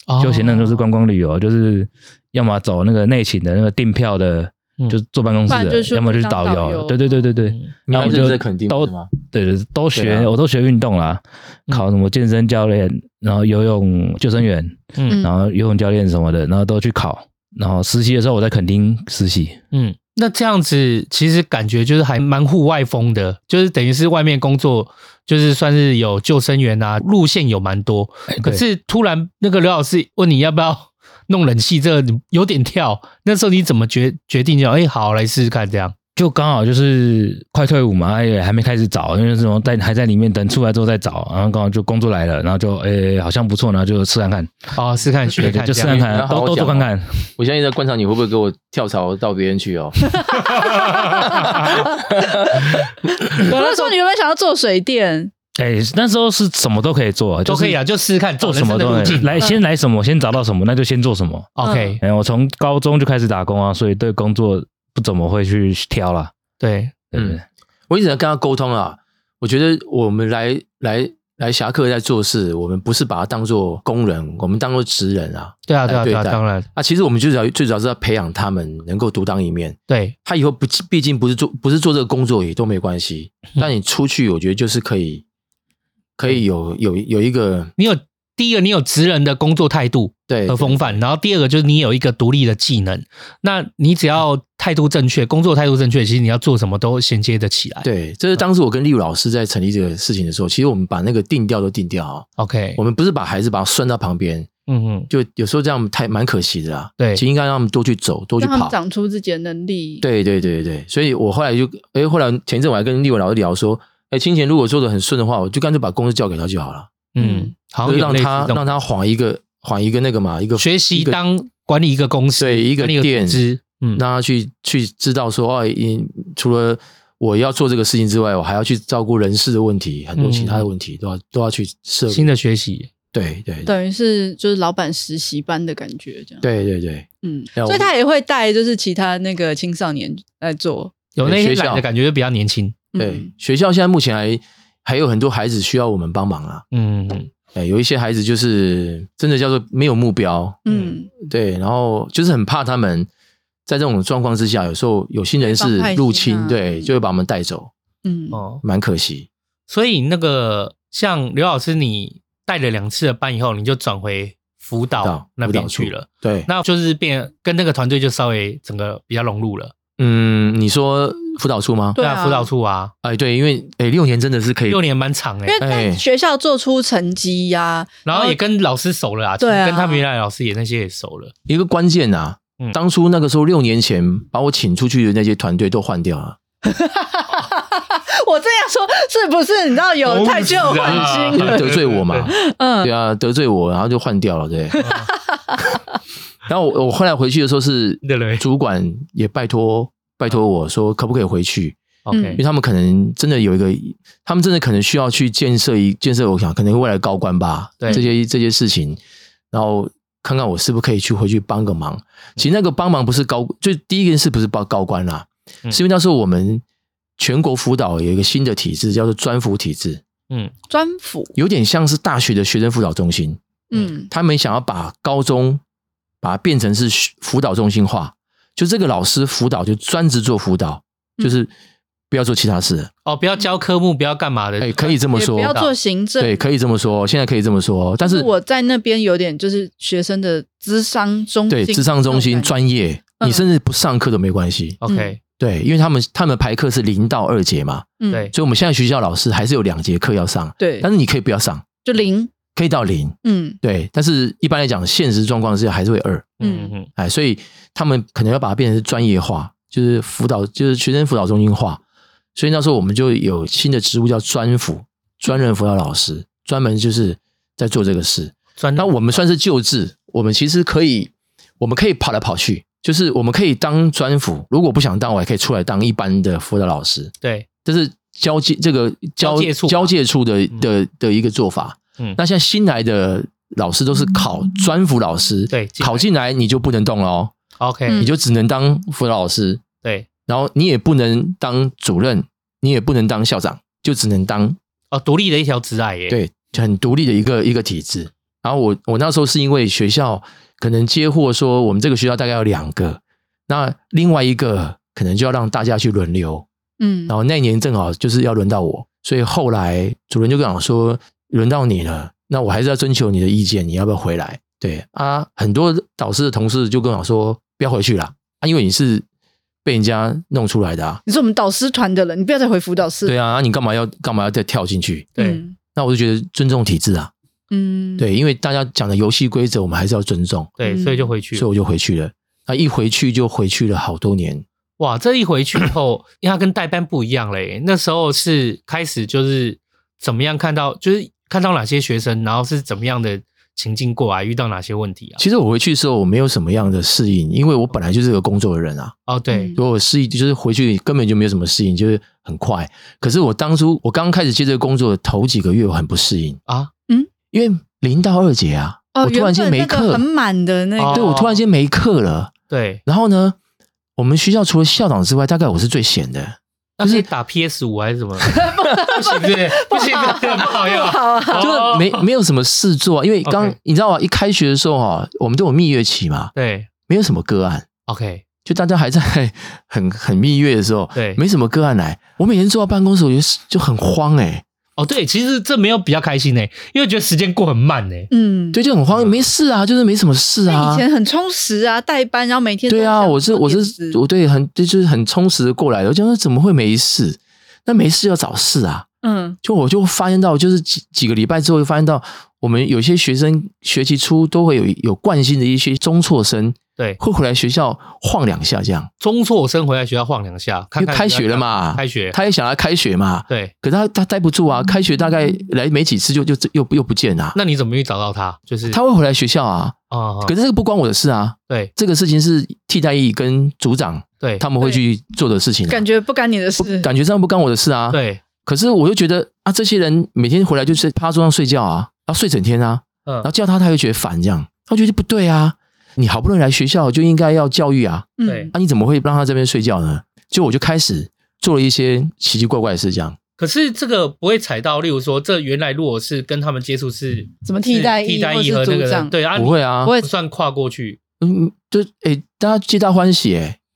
休闲那都是观光旅游，就是要么走那个内勤的那个订票的，就是坐办公室的，要么就是导游。对， 然后就肯定都都学，我都学运动啦，考什么健身教练，然后游泳救生员，然后游泳教练什么的，然后都去考。然后实习的时候我在垦丁实习。 那这样子其实感觉就是还蛮户外风的，就是等于是外面工作就是算是有救生员啊，路线有蛮多。可是突然那个刘老师问你要不要弄冷气，这个有点跳，那时候你怎么决定就好来试试看这样？ 就刚好就是快退伍嘛，也还没开始找，因为这种还在里面等出来之后再找，然后刚好就工作来了，然后就好像不错，然后就试看看。 试看学看， 就试看看，都做看看。 我现在在观察你会不会给我跳槽到别人去哦。我那时候你有没有想要做水电？ 那时候是什么都可以做， 都可以啊，就试试看做什么都可以。先来什么，先找到什么，那就先做什么。 OK， 我从高中就开始打工啊，所以对工作不怎么会去挑啦。 对， 我一直在跟他沟通啊。我觉得我们来侠客在做事，我们不是把他当做工人，我们当做职人啊。 对啊，当然啊。其实我们最主要是要培养他们能够独当一面。 对， 他以后毕竟不是做这个工作也都没关系，但你出去，我觉得就是可以有一个， 第一个你有职人的工作态度和风范，然后第二个就是你有一个独立的技能，那你只要态度正确，工作态度正确，其实你要做什么都衔接得起来。 对，这是当时我跟立茹老师在成立这个事情的时候，其实我们把那个定调都定掉。 OK， 我们不是把孩子把他拴到旁边，就有时候这样蛮可惜的啊。 对， 其实应该让他们多去走，多去跑， 让他们长出自己的能力。 对，所以我后来后来前一阵我还跟立茹老师聊说，清钱如果做得很顺的话，我就干脆把公司交给他就好了。 好， 就让他缓一个那个嘛，一个学习当管理一个公司， 对，一个店，让他去知道说，除了我要做这个事情之外，我还要去照顾人事的问题，很多其他的问题都要去设新的学习。 对， 等于是就是老板实习班的感觉，这样。 对， 所以他也会带就是其他那个青少年来做， 有那些来的感觉就比较年轻。 对，学校现在目前还有很多孩子需要我们帮忙啊。有一些孩子就是真的叫做没有目标，对，然后就是很怕他们在这种状况之下，有时候有心人士入侵，对，就会把他们带走，蛮可惜。 所以那个像刘老师，你带了2次的班以后，你就转回辅导那边去了， 对， 那就是跟那个团队就稍微整个比较融入了。 你说辅导处吗？ 对啊，辅导处啊。 对，因为6年真的是可以，6 年蛮长因为在学校做出成绩呀， 然后也跟老师熟了啊，对啊，跟他们原来老师那些也熟了。 一个关键啊，当初那个时候6年前把我请出去的那些团队都换掉了。 我这样说是不是你知道有太旧换新了？ 得罪我嘛？对啊，得罪我，然后就换掉了，对。然后我后来回去的时候是主管也拜托我说可不可以回去，因为他们可能真的他们真的可能需要去建设我想可能未来高官吧，这些事情，然后看看我是不是可以回去帮个忙。其实那个帮忙不是就第一件事不是帮高官啦，是因为那时候我们全国辅导有一个新的体制叫做专辅体制， 专辅有点像是大学的学生辅导中心，他们想要把高中把它变成是辅导中心化，就这个老师辅导就专职做辅导，就是不要做其他事不要教科目，不要干嘛的， 可以这么说， 不要做行政， 对，可以这么说，现在可以这么说。但是我在那边有点就是学生的諮商中心， 对，諮商中心专业，你甚至不上课都没关系。 OK， 对，因为他们排课是0到2节嘛， 对， 所以我们现在学校老师还是有2节课要上， 对， 但是你可以不要上， 就0。 可以到0，对，但是一般来讲，现实状况是还是会2，所以他们可能要把它变成专业化，就是学生辅导中心化，所以那时候我们就有新的职务叫专人辅导老师，专门就是在做这个事。那我们算是旧制，我们其实我们可以跑来跑去，就是我们可以当专辅，如果不想当，我还可以出来当一般的辅导老师。 对， 这是交界处的一个做法。那现在新来的老师都是考专辅老师， 对， 考进来你就不能动了哦。 OK， 你就只能当辅导老师， 对， 然后你也不能当主任，你也不能当校长，就只能当独立的一条职涯耶。 对，很独立的一个体制。 然后我那时候是因为学校可能接获说我们这个学校大概有2个，那另外一个可能就要让大家去轮流，然后那年正好就是要轮到我，所以后来主任就跟我说轮到你了，那我还是要征求你的意见，你要不要回来？对啊，很多导师的同事就跟我说不要回去啦，因为你是被人家弄出来的啊。 你是我们导师团的人，你不要再回辅导室。 对啊，你干嘛要再跳进去？ 对， 那我就觉得尊重体制啊。对，因为大家讲的游戏规则我们还是要尊重。 对，所以就回去了。 所以我就回去了。那一回去就回去了好多年。 哇，这一回去以后，因为他跟代班不一样嘞。那时候是开始就是怎么样看到哪些学生，然后是怎么样的情境过来，遇到哪些问题啊？ 其实我回去的时候我没有什么样的适应，因为我本来就是个工作的人啊。 哦，对， 所以我适应就是回去根本就没有什么适应，就是很快。可是我刚开始接这个工作的头几个月我很不适应啊，因为0到2节啊，我突然间没课， 很满的那个， 对，我突然间没课了。 对， 然后呢，我们学校除了校长之外，大概我是最闲的。 就是打 PS5 还是什么？不行，不行，不好用， 就是没有什么事做，因为你知道吗？一开学的时候哈，我们都有蜜月期嘛， 对， 没有什么个案 ，OK， 就大家还在很蜜月的时候， 对， 没什么个案来。我每天坐到办公室，我就很慌哦，对，其实这没有比较开心因为觉得时间过很慢对，就很慌，没事啊，就是没什么事啊。 以前很充实啊，代班，然后每天对啊，我对就是很充实的过来的。我就说怎么会没事？那没事要找事啊。我就发现到，就是几个礼拜之后，就发现到我们有些学生学期初都会有惯性的一些中辍生。 对， 会回来学校晃2下这样。 中辍生回来学校晃2下， 因为开学了嘛，他也想要开学嘛。 对， 可是他待不住啊，开学大概来没几次就又不见啊。 那你怎么去找到他？就是他会回来学校啊。可是这个不关我的事啊。 对， 这个事情是替代役跟组长他们会去做的事情。 感觉不干你的事， 感觉上不干我的事啊。 对， 可是我就觉得啊，这些人每天回来就是趴桌上睡觉啊，然后睡整天啊，然后叫他会觉得烦这样，他觉得不对啊。你好不容易来学校就应该要教育啊， 对， 你怎么会让他这边睡觉呢？我就开始做了一些奇奇怪怪的事这样。 可是这个不会踩到，例如说这原来如果是跟他们接触是什么替代役和那个对啊， 不会啊， 不会算跨过去， 就大家皆大欢喜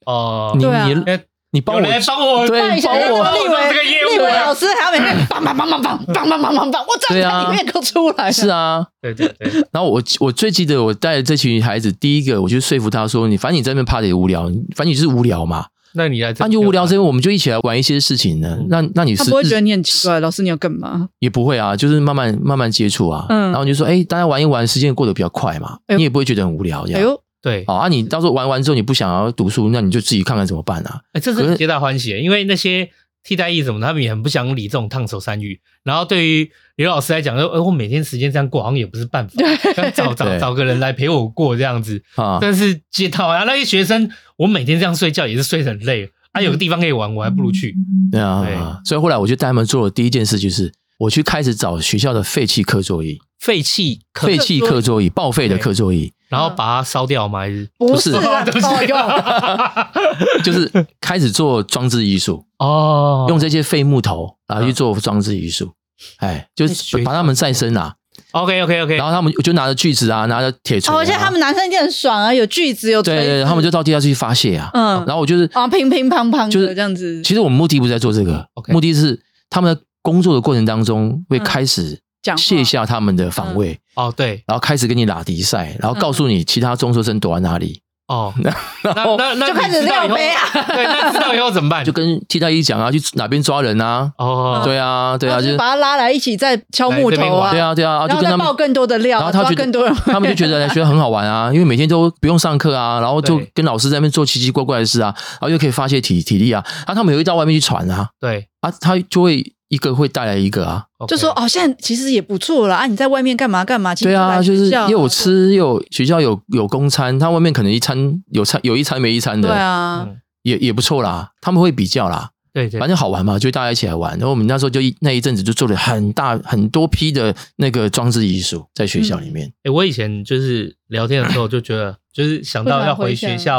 你帮我，对，帮我立委老师还要每天棒，我在里面都出来了。 是啊， 对。 然后我最记得我带着这群孩子，第一个我就说服他说，反正你在那边趴着也无聊，反正你就是无聊嘛。 那你来， 那就无聊这边，我们就一起来玩一些事情呢。那你是他不会觉得你很奇怪，老师你要干嘛？ 也不会啊，就是慢慢接触啊。然后你就说，大家玩一玩，时间过得比较快嘛，你也不会觉得很无聊这样。 对， 你到时候玩完之后你不想要读书，那你就自己看看怎么办啊？ 这是皆大欢喜，因为那些替代役什么，他们也很不想理这种烫手山芋。然后对于刘老师来讲，我每天时间这样过好像也不是办法，找个人来陪我过这样子。但是接到那些学生，我每天这样睡觉也是睡得很累有个地方可以玩，我还不如去。 对啊，所以后来我就带他们做的第一件事就是我去开始找学校的废弃课桌椅， 废弃课桌椅，报废的课桌椅。 然后把它烧掉吗？还是不是？ 就是开始做装置艺术用这些废木头然后去做装置艺术，就是把他们再生啊。 OK， 然后他们就拿着锯子啊，拿着铁锤而且他们男生一定很爽啊，有锯子有锤子， 对，他们就到地下室去发泄啊。然后我就是乒乒乓乓就是这样子。 其实我们目的不是在做这个，目的是他们在工作的过程当中会开始卸下他们的防卫对， 然后开始跟你拉迪赛，然后告诉你其他中辍生躲在哪里那就开始撂杯啊。 对，那知道以后怎么办？ 就跟替代役讲啊，去哪边抓人啊。对啊， 就是把他拉来一起在敲木头啊。 对啊， 然后再爆更多的料， 然后他更多人，他们就觉得来学校很好玩啊，因为每天都不用上课啊，然后就跟老师在那边做奇奇怪怪的事啊，然后又可以发泄体力啊。他们也会到外面去传啊。 对他就会一个会带来一个啊， 就说现在其实也不错了你在外面干嘛？ 对啊，就是又有吃又有学校有公餐，他外面可能一餐有一餐没一餐的， 对啊， 也不错啦。他们会比较啦， 对， 反正好玩嘛，就大家一起来玩。然后我们那时候就那一阵子就做了很多批的那个装置艺术在学校里面。 我以前就是聊天的时候就觉得，就是想到要回学校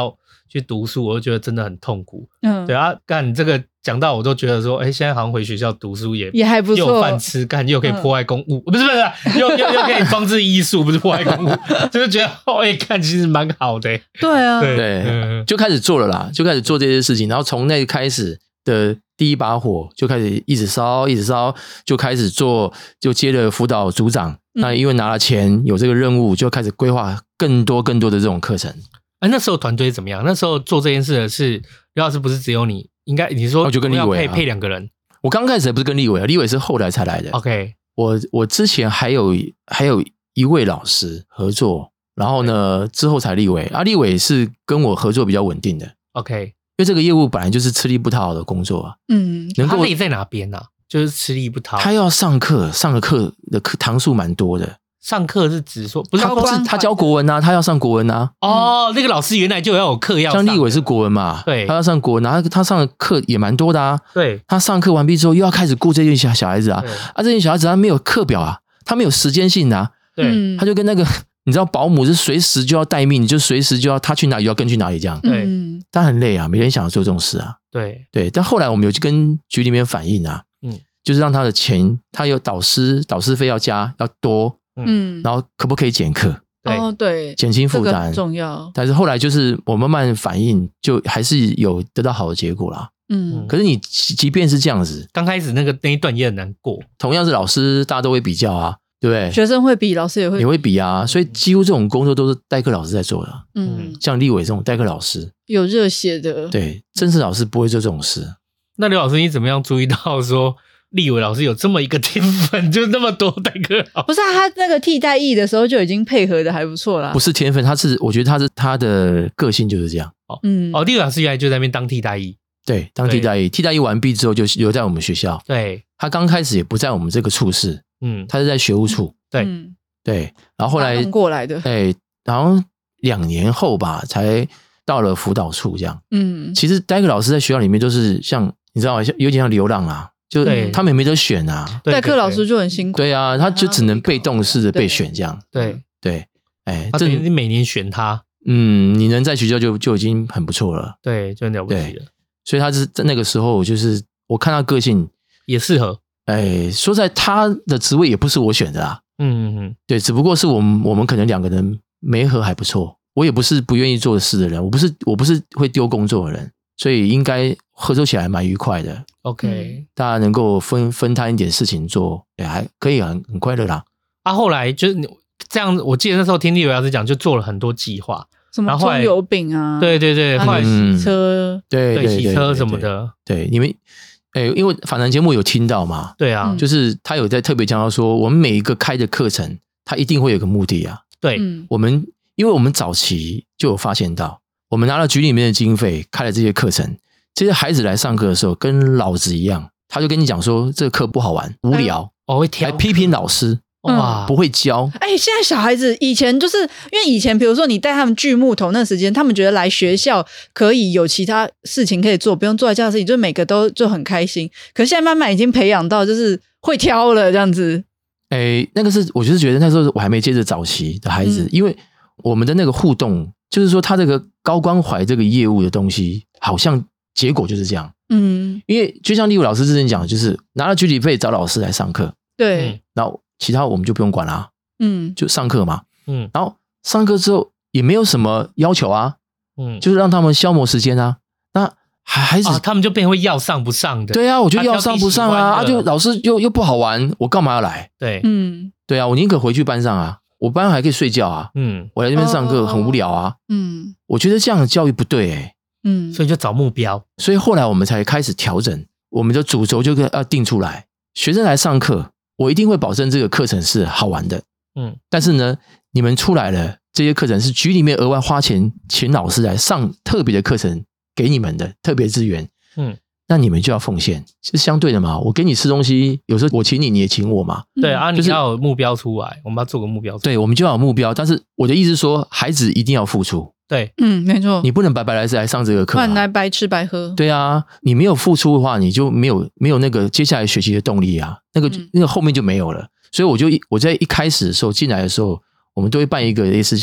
去读书，我就觉得真的很痛苦。对啊， 干你这个讲到我都觉得说，现在好像回学校读书也还不错， 又有饭吃，干又可以破坏公物，不是，又可以装置艺术，不是破坏公物，就是觉得看其实蛮好的。 对啊， 对，就开始做了啦，就开始做这些事情，然后从那开始的第一把火就开始一直烧，就开始做，就接了辅导组长。那因为拿了钱，有这个任务，就开始规划更多的这种课程。 那时候团队怎么样？那时候做这件事的是刘老师，不是只有你？应该你说就跟立伟配2个人。 我刚开始也不是跟立伟，立伟是后来才来的。 OK， 我之前还有一位老师合作，然后呢之后才立伟。立伟是跟我合作比较稳定的。 OK， 因为这个业务本来就是吃力不讨好的工作啊。能够他累在哪边啊？就是吃力不讨好。 他要上课的堂数蛮多的。 上课是指说不是他教国文啊，他要上国文啊。 那个老师原来就要有课要上。 像立伟是国文嘛， 对， 他要上国文，然后他上的课也蛮多的啊。 对，他上课完毕之后又要开始顾这些小孩子啊。这些小孩子他没有课表啊，他没有时间性的啊。 对， 他就跟那个你知道保姆是随时就要待命，就随时就要他去哪里就要跟去哪里这样。 对， 但很累啊，没人想要做这种事啊。 对， 但后来我们有跟局里面反映啊，就是让他的钱，他有导师费要加要多。然后可不可以减课？ 对， 减轻负担， 这个很重要。 但是后来就是我慢慢反应，就还是有得到好的结果啦。可是你即便是这样子， 刚开始那一段也很难过。 同样是老师，大家都会比较啊，对不对？ 学生会比，老师也会比啊，所以几乎这种工作都是代课老师在做的。像立伟这种代课老师， 有热血的， 对，正式老师不会做这种事。 那刘老师，你怎么样注意到说？立伟老师有这么一个天分，就那么多代课老师。 不是他那个替代役的时候就已经配合的还不错啦。 不是天分，我觉得他的个性就是这样。 立伟老师原来就在那边当替代役。 对，当替代役，替代役完毕之后就留在我们学校。 对， 他刚开始也不在我们这个处室，他是在学务处。对，然后后来过来的。 然后2年后吧，才到了辅导处这样。其实代课老师在学校里面都是像你知道，有点像流浪啊。就他们也没得选啊， 代课老师就很辛苦。 对啊，他就只能被动式的被选这样。 对， 这你每年选他， 你能在学校就已经很不错了。 对，就很了不起了。 所以他是在那个时候，就是我看他个性也适合。 说在他的职位也不是我选的啊。对，只不过是我们可能2个人媒合还不错。我也不是不愿意做事的人，我不是会丢工作的人。所以应该合作起来蛮愉快的。 OK， 大家能够分摊一点事情做，也还可以很快乐啦。 后来就是这样，我记得那时候听立伟老师讲，就做了很多计划， 什么葱油饼啊， 对，后来洗车， 对洗车什么的。 对，你们因为访谈节目有听到嘛？ 对啊， 就是他有在特别强调说，我们每一个开的课程，它一定会有个目的啊。 对， 因为我们早期就有发现到。我们拿了局里面的经费开了这些课程，这些孩子来上课的时候跟老子一样，他就跟你讲说这个课不好玩无聊， 会挑还批评老师，不会教。 现在小孩子以前就是因为以前比如说你带他们锯木头那时间，他们觉得来学校可以有其他事情可以做，不用坐在教室里，就每个都就很开心。可是现在慢慢已经培养到就是会挑了这样子。 那个是我就是觉得那时候我还没接着早期的孩子，因为我们的那个互动。就是说，他这个高关怀这个业务的东西，好像结果就是这样。因为就像立伟老师之前讲的，就是拿了居里费找老师来上课， 对， 然后其他我们就不用管啦，就上课嘛，然后上课之后也没有什么要求啊，就是让他们消磨时间啊。那孩子他们就变会要上不上的， 对啊，我就要上不上啊，就老师又不好玩，我干嘛要来？ 对， 对啊，我宁可回去班上啊。我班上还可以睡觉啊，我来这边上课很无聊啊，我觉得这样的教育不对所以就找目标， 所以后来我们才开始调整，我们的主轴就要定出来，学生来上课，我一定会保证这个课程是好玩的，但是呢，你们出来了，这些课程是局里面额外花钱请老师来上特别的课程给你们的特别资源，那你们就要奉献，是相对的嘛。我给你吃东西，有时候我请你，你也请我嘛。 对啊，你要有目标出来，我们要做个目标出来。 对，我们就要有目标。但是我的意思是说，孩子一定要付出。 对， 没错， 你不能白白来上这个课， 不然来白吃白喝。 对啊，你没有付出的话，你就没有那个接下来学习的动力啊，那个后面就没有了。所以我在一开始的时候进来的时候，我们都会办一个类似像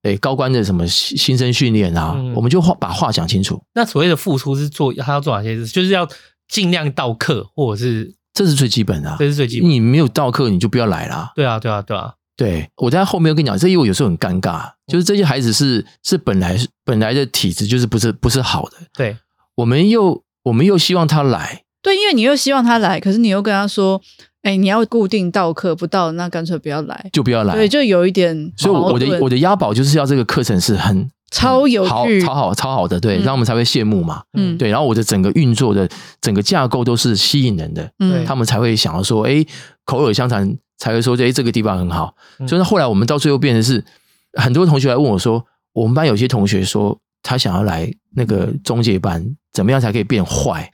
高官的什么新生训练啊，我们就把话讲清楚。 那所谓的付出是他要做哪些事？就是要尽量到课，或者是这是最基本的啊， 这是最基本的。 你没有到课你就不要来啦。 对啊。 对，我在后面又跟你讲，这因为有时候很尴尬，就是这些孩子是本来的体质就是不是好的， 对， 我们又希望他来， 对，因为你又希望他来，可是你又跟他说，你要固定到课，不到那干脆不要来， 就不要来， 对，就有一点矛盾。 所以我的押宝就是要这个课程是很超有趣、 超好的，对，让我们才会羡慕嘛，对，然后我的整个运作的整个架构都是吸引人的，他们才会想要说，口耳相传。才会说，这个地方很好。所以后来我们到最后变成是，很多同学来问我说，我们班有些同学说他想要来那个中介班，怎么样才可以变坏？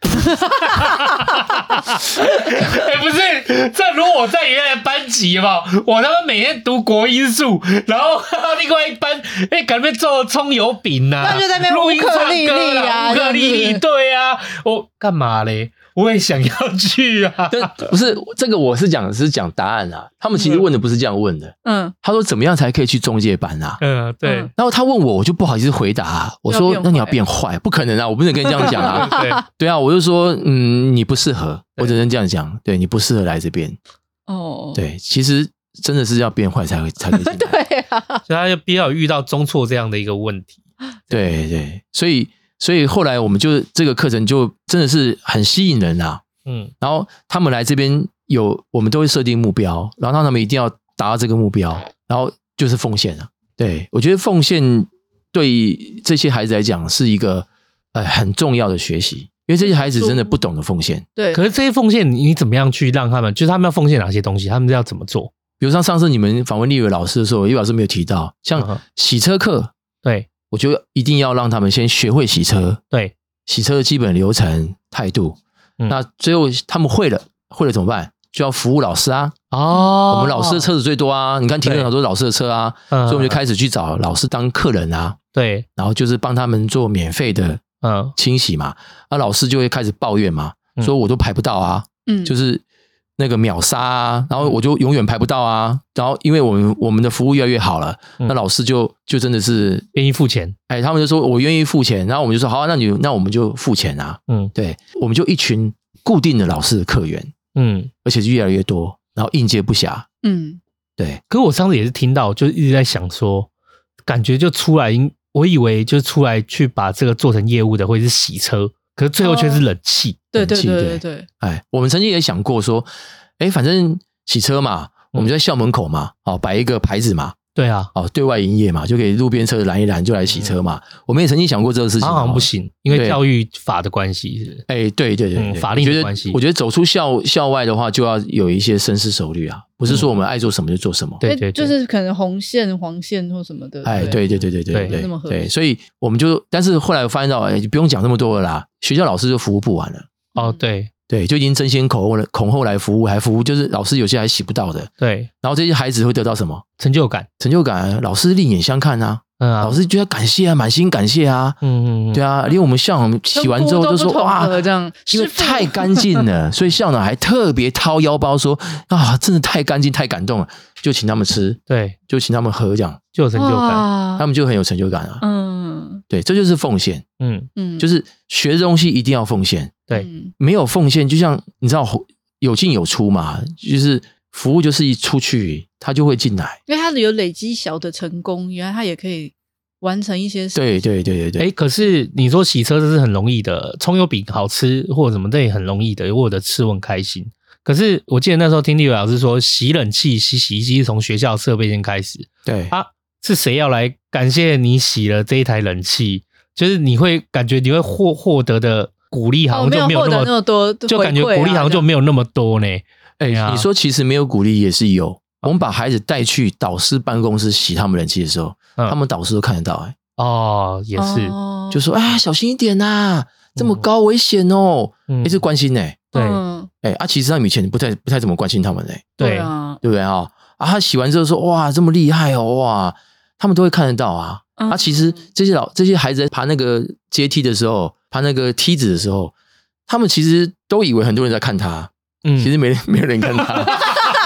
不是，这如果我在原来班级嘛，我他妈每天读国英数，然后另外一班赶那边做葱油饼啊， 那就在那边录音唱歌啊， 乌克丽丽，对啊，我干嘛嘞？我也想要去啊！ 不是这个，我是讲答案啊。他们其实问的不是这样问的。他说怎么样才可以去中介班啊？ 对。 然后他问我就不好意思回答啊。我说那你要变坏，不可能啊！我不能跟你这样讲啊。对啊，我就说你不适合，我只能这样讲。对，你不适合来这边。对，其实真的是要变坏才可以进来。 对啊， 所以他就比较遇到中错这样的一个问题。 对，所以后来我们就这个课程就真的是很吸引人啊，然后他们来这边我们都会设定目标，然后让他们一定要达到这个目标，然后就是奉献啊。对，我觉得奉献对这些孩子来讲是一个很重要的学习，因为这些孩子真的不懂得奉献。 对， 可是这些奉献你怎么样去让他们，就是他们要奉献哪些东西，他们要怎么做？ 比如像上次你们访问立伟老师的时候，立伟老师没有提到，像洗车课， 对。 我觉得一定要让他们先学会洗车， 对， 洗车的基本流程、态度。那最后他们会了怎么办？就要服务老师啊。我们老师的车子最多啊，你看停了很多老师的车啊，所以我们就开始去找老师当客人啊。对，然后就是帮他们做免费的清洗嘛。老师就会开始抱怨嘛，说我都排不到啊，就是那个秒杀啊，然后我就永远排不到啊，然后因为我们的服务越来越好了，那老师就真的是愿意付钱， 他们就说我愿意付钱，然后我们就说好啊，那我们就付钱啊，对，我们就一群固定的老师的客源，而且是越来越多，然后应接不暇，对。 可是我上次也是听到，就一直在想说，感觉就出来，我以为就是出来去把这个做成业务的会是洗车。可是最后却是冷气， 对， 我们曾经也想过说，反正洗车嘛，我们就在校门口嘛，摆一个牌子嘛，对啊，对外营业嘛，就可以路边车拦一拦就来洗车嘛。我们也曾经想过这个事情， 好像不行，因为教育法的关系是。 对， 法令的关系。 我觉得走出校外的话，就要有一些深思熟虑啊，不是说我们爱做什么就做什么。 对，就是可能红线、黄线或什么的。 对，所以我们就，但是后来我发现到，不用讲那么多了啦，学校老师就服务不完了。对，就已经争先恐后来服务，还服务就是老师有些还洗不到的。对，然后这些孩子会得到什么成就感？ 老师另眼相看啊，老师觉得感谢啊，满心感谢啊。对啊，连我们校长洗完之后就说哇， 这样因为太干净了，所以校长还特别掏腰包说啊，真的太干净，太感动了，就请他们吃，对，就请他们喝，这样就有成就感， 他们就很有成就感啊。对，这就是奉献。就是学的东西一定要奉献。对，没有奉献，就像你知道有进有出嘛，就是服务就是一出去，他就会进来， 因为他有累积小的成功，原来他也可以完成一些事。 对。 可是你说洗车这是很容易的，葱油饼好吃或者什么这也很容易的，我的吃我很开心。可是我记得那时候听立伟老师说，洗冷气、洗洗衣机是从学校设备先开始。对啊，是谁要来感谢你洗了这一台冷气？就是你会感觉你会获得的鼓励好像就没有那么多， 就感觉鼓励好像就没有那么多呢。 你说其实没有鼓励也是有。我们把孩子带去导师办公室洗他们冷气的时候，他们导师都看得到。 也是， 就说小心一点啊，这么高危险哦。是关心呢。对，其实他们以前不太怎么关心他们。 对啊， 对不对啊？他洗完之后说哇这么厉害哦，哇，他们都会看得到啊。其实这些孩子爬那个阶梯的时候，爬那个梯子的时候，他们其实都以为很多人在看他，其实没有人看他。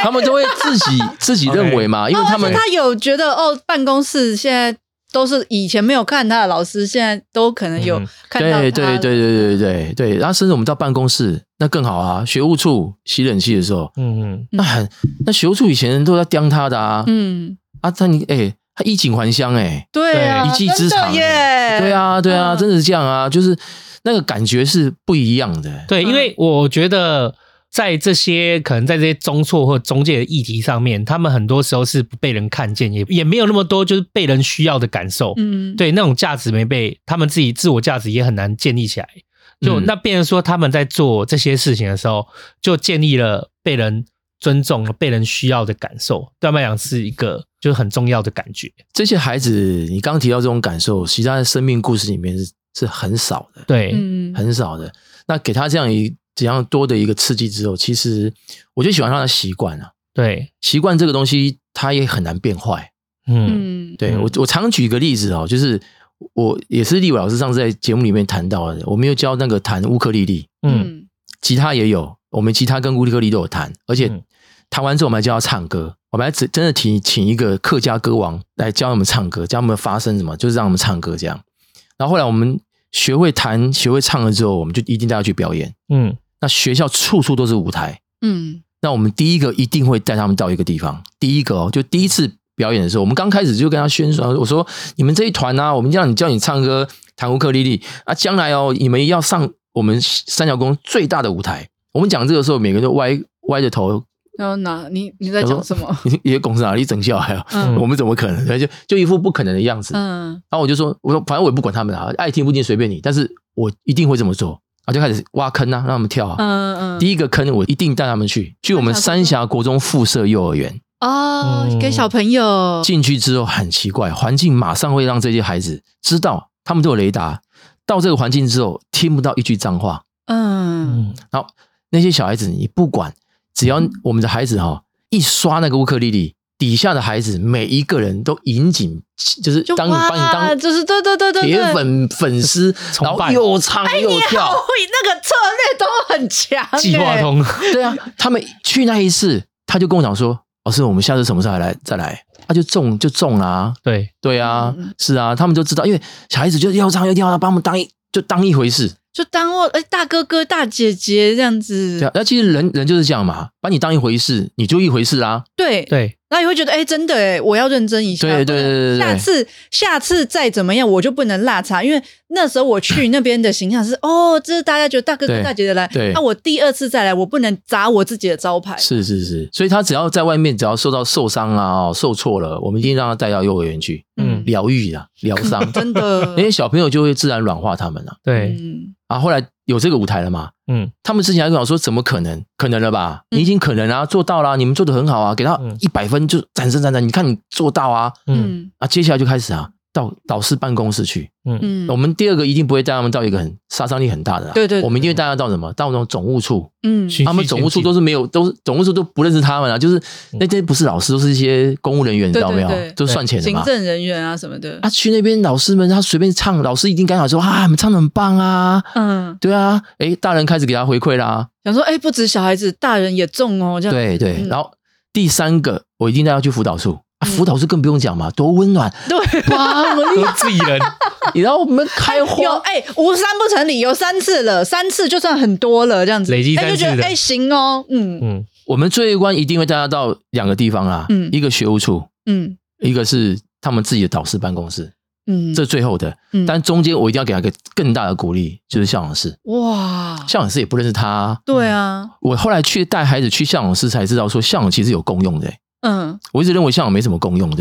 他们都会自己认为嘛，因为他们他有觉得办公室现在都是以前没有看他的老师，现在都可能有看到他。 对，然后甚至我们到办公室那更好啊，学务处洗冷气的时候，那学务处以前人都在刁他的啊，他衣锦还乡对啊， 一技之长耶， 对啊，真的是这样啊，就是那个感觉是不一样的。 对，因为我觉得在这些可能在这些中辍或中介的议题上面，他们很多时候是不被人看见，也没有那么多就是被人需要的感受。对，那种价值没被他们自己自我价值也很难建立起来。就那变成说他们在做这些事情的时候，就建立了被人尊重、被人需要的感受，对他们来讲是一个就是很重要的感觉。 这些孩子，你刚刚提到这种感受，其实他的生命故事里面是很少的， 对， 很少的。那给他这样多的一个刺激之后，其实我就喜欢让他习惯啊。 对， 习惯这个东西，他也很难变坏。对，我常举一个例子哦，就是我也是立伟老师上次在节目里面谈到的，我们有教那个弹乌克丽丽，吉他也有，我们吉他跟乌克丽都有弹，而且弹完之后我们还教他唱歌，我们还真的请一个客家歌王来教他们唱歌，教他们发声什么，就是让他们唱歌这样。然后后来我们学会弹、学会唱了之后，我们就一定带他去表演。那学校处处都是舞台。那我们第一个一定会带他们到一个地方，第一个就第一次表演的时候，我们刚开始就跟他宣传，我说你们这一团啊，我们叫你唱歌、弹乌克丽丽啊，将来你们要上我们三角宫最大的舞台。我们讲这个时候，每个人都歪着头。 然后你在讲什么？ 你的公司哪里整笑还我们怎么可能？就一副不可能的样子。然后我说反正我也不管他们啊，爱听不听随便你，但是我一定会这么做。然后就开始挖坑啊，让他们跳啊。第一个坑我一定带他们去我们三峡国中附设幼儿园给小朋友进去之后很奇怪，环境马上会让这些孩子知道，他们都有雷达，到这个环境之后听不到一句脏话。然后那些小孩子你不管。只要我们的孩子一刷那个乌克丽丽，底下的孩子每一个人都引颈，就是帮你当就是对铁粉丝，然后又唱又跳， 你好会，那个策略都很强， 计划通。 对啊，他们去那一次，他就跟我讲说：“老师，我们下次什么时候再来？”他就中啦。对啊，是啊，他们就知道，因为小孩子就要唱又跳，把我们当一回事。 就当大哥哥大姐姐这样子。 对啊，那其实人就是这样嘛，把你当一回事，你就一回事啦。 对，然后你会觉得真的我要认真一下。对，下次再怎么样我就不能落差，因为那时候我去那边的形象是这是大家觉得大哥哥大姐姐来，那我第二次再来我不能砸我自己的招牌。 是，所以他只要在外面只要受伤啊受挫了，我们一定让他带到幼儿园去疗愈啊疗伤。 真的， 那些小朋友就会自然软化他们了。 对。 后来有这个舞台了嘛？他们之前还跟我说怎么可能？可能了吧？你已经可能啊，做到了，你们做得很好啊，给他100分就掌声，你看你做到啊。接下来就开始到导师办公室去。我们第二个一定不会带他们到一个杀伤力很大的。对，我们一定会带他到什么？到那种总务处。他们总务处都是总务处都不认识他们啊，就是那些不是老师，都是一些公务人员，你知道没有？都算钱的嘛， 行政人员啊什么的。 去那边老师们他随便唱，老师一定刚好说你们唱得很棒啊。对啊，大人开始给他回馈啦， 想说不止小孩子，大人也中哦，这样。 对，然后第三个我一定带他去辅导处。辅导处更不用讲嘛，多温暖。对， 哇，都自己人。 然后我们开花， 无三不成理，有3次了，3次就算很多了，这样子累积3次的， 就觉得行哦。 我们最后一关一定会带他到2个地方啦，一个学务处，一个是他们自己的导师办公室。这最后的，但中间我一定要给他一个更大的鼓励，就是校长室。哇，校长室也不认识他。 对啊， 我后来去带孩子去校长室才知道，说校长其实有功用的。我一直认为校长没什么功用，对。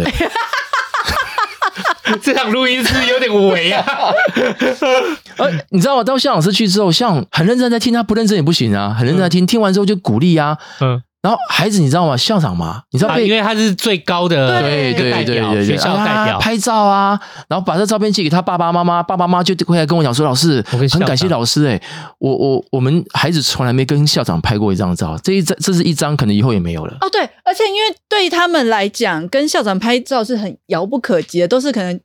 这场录音室有点围啊。 你知道我到校长室去之后，校长很认真在听，他不认真也不行啊，很认真在听，听完之后就鼓励啊。然后孩子你知道吗？校长嘛，你知道因为他是最高的对学校代表， 拍照啊，然后把这照片寄给他爸爸妈妈，爸爸妈妈就会来跟我讲说，老师很感谢老师我们孩子从来没跟校长拍过一张照，这是一张可能以后也没有了。 对，而且因为对他们来讲，跟校长拍照是很遥不可及的，都是可能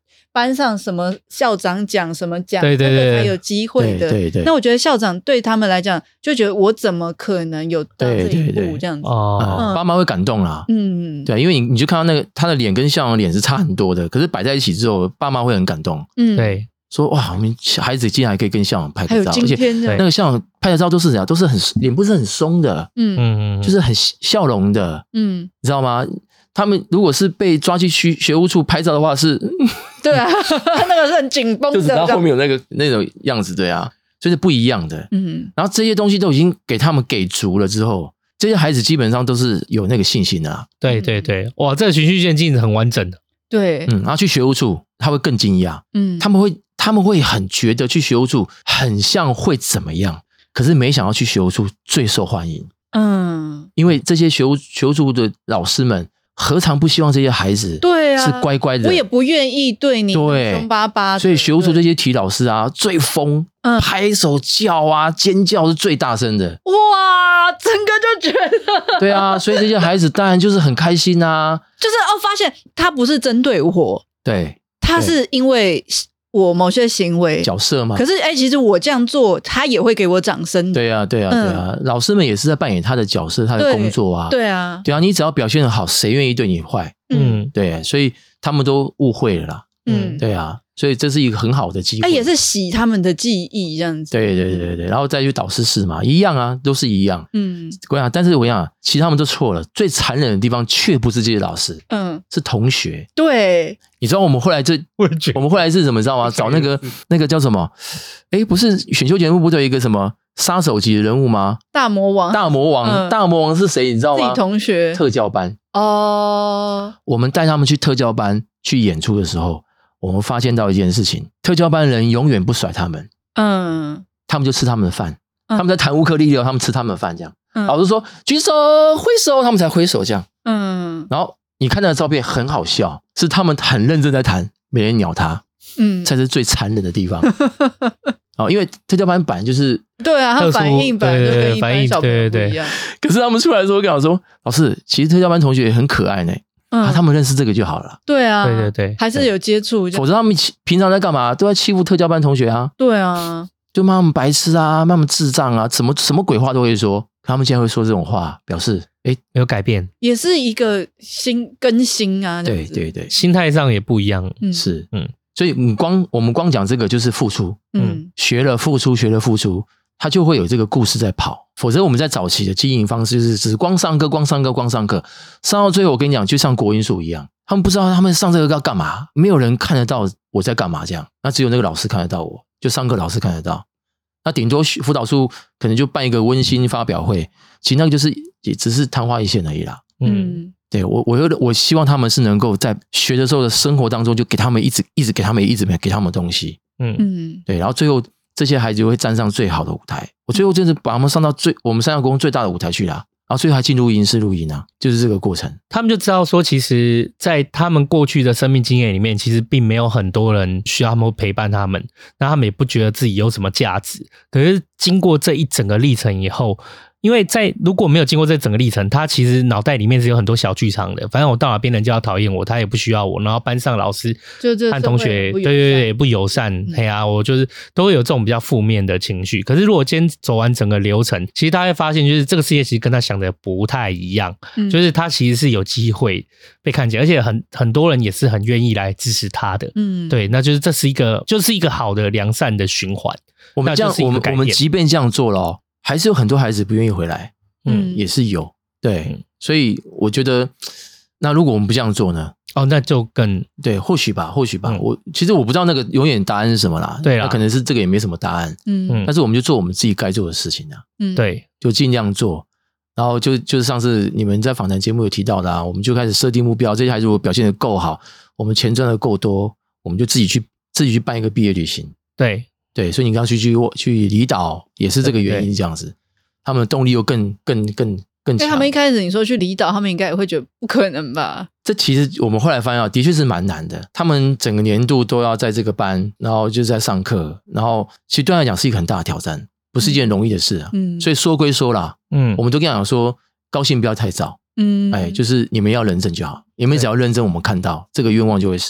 班上什么校长奖什么奖， 对对对， 才有机会的。 对对。 那我觉得校长对他们来讲，就觉得我怎么可能有到这一步这样子？ 爸妈会感动啦。对，因为你就看到那个他的脸跟校长的脸是差很多的，可是摆在一起之后，爸妈会很感动。 对。 说哇，我们孩子竟然还可以跟校长拍个照， 而且那个校长拍的照都是怎样，都是脸部是很松的，就是很笑容的，你知道吗？他们如果是被抓去学务处拍照的话，是， 对啊，那个是很紧绷的， 就知道后面有那种样子，对啊，所以是不一样的。然后这些东西都已经给他们给足了之后，这些孩子基本上都是有那个信心的。 对对对，哇，这个循序渐进是很完整的。 对， 然后去学务处，他会更惊讶，他们会很觉得去学务处很像会怎么样，可是没想到去学务处最受欢迎。因为这些学务处的老师们何尝不希望这些孩子对啊是乖乖的， 我也不愿意对你凶巴巴的， 所以学务处这些体老师啊最疯，拍手叫啊尖叫是最大声的。 哇，整个就觉得对啊，所以这些孩子当然就是很开心啊， 就是发现他不是针对我， 对， 他是因为我某些行为角色嘛， 可是其实我这样做他也会给我掌声。 对啊对啊对啊，老师们也是在扮演他的角色，他的工作啊。 对啊对啊，你只要表现得好，谁愿意对你坏？对，所以他们都误会了啦。对啊，所以这是一个很好的机会， 也是洗他们的记忆这样子。 对对对对，然后再去导师室嘛，一样啊，都是一样。我想，但是我想，其实他们都错了，最残忍的地方却不是这些老师，是同学。 对， 你知道我们后来是怎么知道吗？找那个叫什么？不是选秀节目部队有一个什么杀手级的人物吗？ 大魔王是谁？你知道吗？ 自己同学特教班我们带他们去特教班去演出的时候，我们发现到一件事情，特教班人永远不甩他们，他们就吃他们的饭，他们在弹乌克丽丽，他们吃他们的饭这样，老师说举手挥手，他们才挥手这样，然后你看那个照片很好笑，是他们很认真在弹，没人鸟他，才是最残忍的地方。因为特教班本来就是对啊，他反应本来就跟一般小朋友不一样。 可是他们出来的时候跟我说，老师，其实特教班同学也很可爱呢。他们认识这个就好了。 对啊， 对对对， 还是有接触， 否则他们平常在干嘛？都在欺负特教班同学啊。 对啊， 就骂他们白痴啊，骂他们智障啊，什么鬼话都会说。他们现在会说这种话，表示有改变， 也是一个更新啊。 对对对， 心态上也不一样。 是所以我们光讲这个就是付出，学了付出，他就会有这个故事在跑。否则我们在早期的经营方式就是只光上课，上到最后我跟你讲就像国英数一样，他们不知道他们上这个要干嘛，没有人看得到我在干嘛这样，那只有那个老师看得到我，就上课老师看得到，那顶多辅导处可能就办一个温馨发表会，其实那个就是也只是昙花一现而已啦。对，我希望他们是能够在学的时候的生活当中就给他们一直给他们东西。对，然后最后这些孩子会站上最好的舞台，我最后真是把他们上到我们三峡国中最大的舞台去啦，然后最后还进入录音室录音啊，就是这个过程。 他们就知道说，其实在他们过去的生命经验里面，其实并没有很多人需要他们陪伴他们，那他们也不觉得自己有什么价值。可是经过这一整个历程以后，因为如果没有经过这整个历程，他其实脑袋里面是有很多小剧场的。反正我到哪边人就要讨厌我，他也不需要我，然后班上老师和同学对不友善，我就是都会有这种比较负面的情绪。可是如果今天走完整个流程，其实大家会发现，就是这个世界其实跟他想的不太一样，就是他其实是有机会被看见，而且很多人也是很愿意来支持他的。对，那就是这是一个好的良善的循环。 我们这样，我们即便这样做了还是有很多孩子不愿意回来，也是有，对，所以我觉得，那如果我们不这样做呢？ 那就更对，或许吧。其实我不知道那个永远答案是什么啦， 对啦， 那可能是这个也没什么答案，但是我们就做我们自己该做的事情啊， 对， 就尽量做，然后就是上次你们在访谈节目有提到的我们就开始设定目标，这些孩子如果表现得够好，我们钱赚得够多，我们就自己去办一个毕业旅行，对，所以你刚刚去离岛也是这个原因，这样子，他们的动力又更强。因为他们一开始你说去离岛，他们应该也会觉得不可能吧？ 这其实我们后来发现的确是蛮难的。他们整个年度都要在这个班，然后就在上课，然后其实对他来讲是一个很大的挑战，不是一件容易的事啊。所以说归说啦，我们都跟他讲说，高兴不要太早，就是你们要认真就好，你们只要认真，我们看到这个愿望就会实现。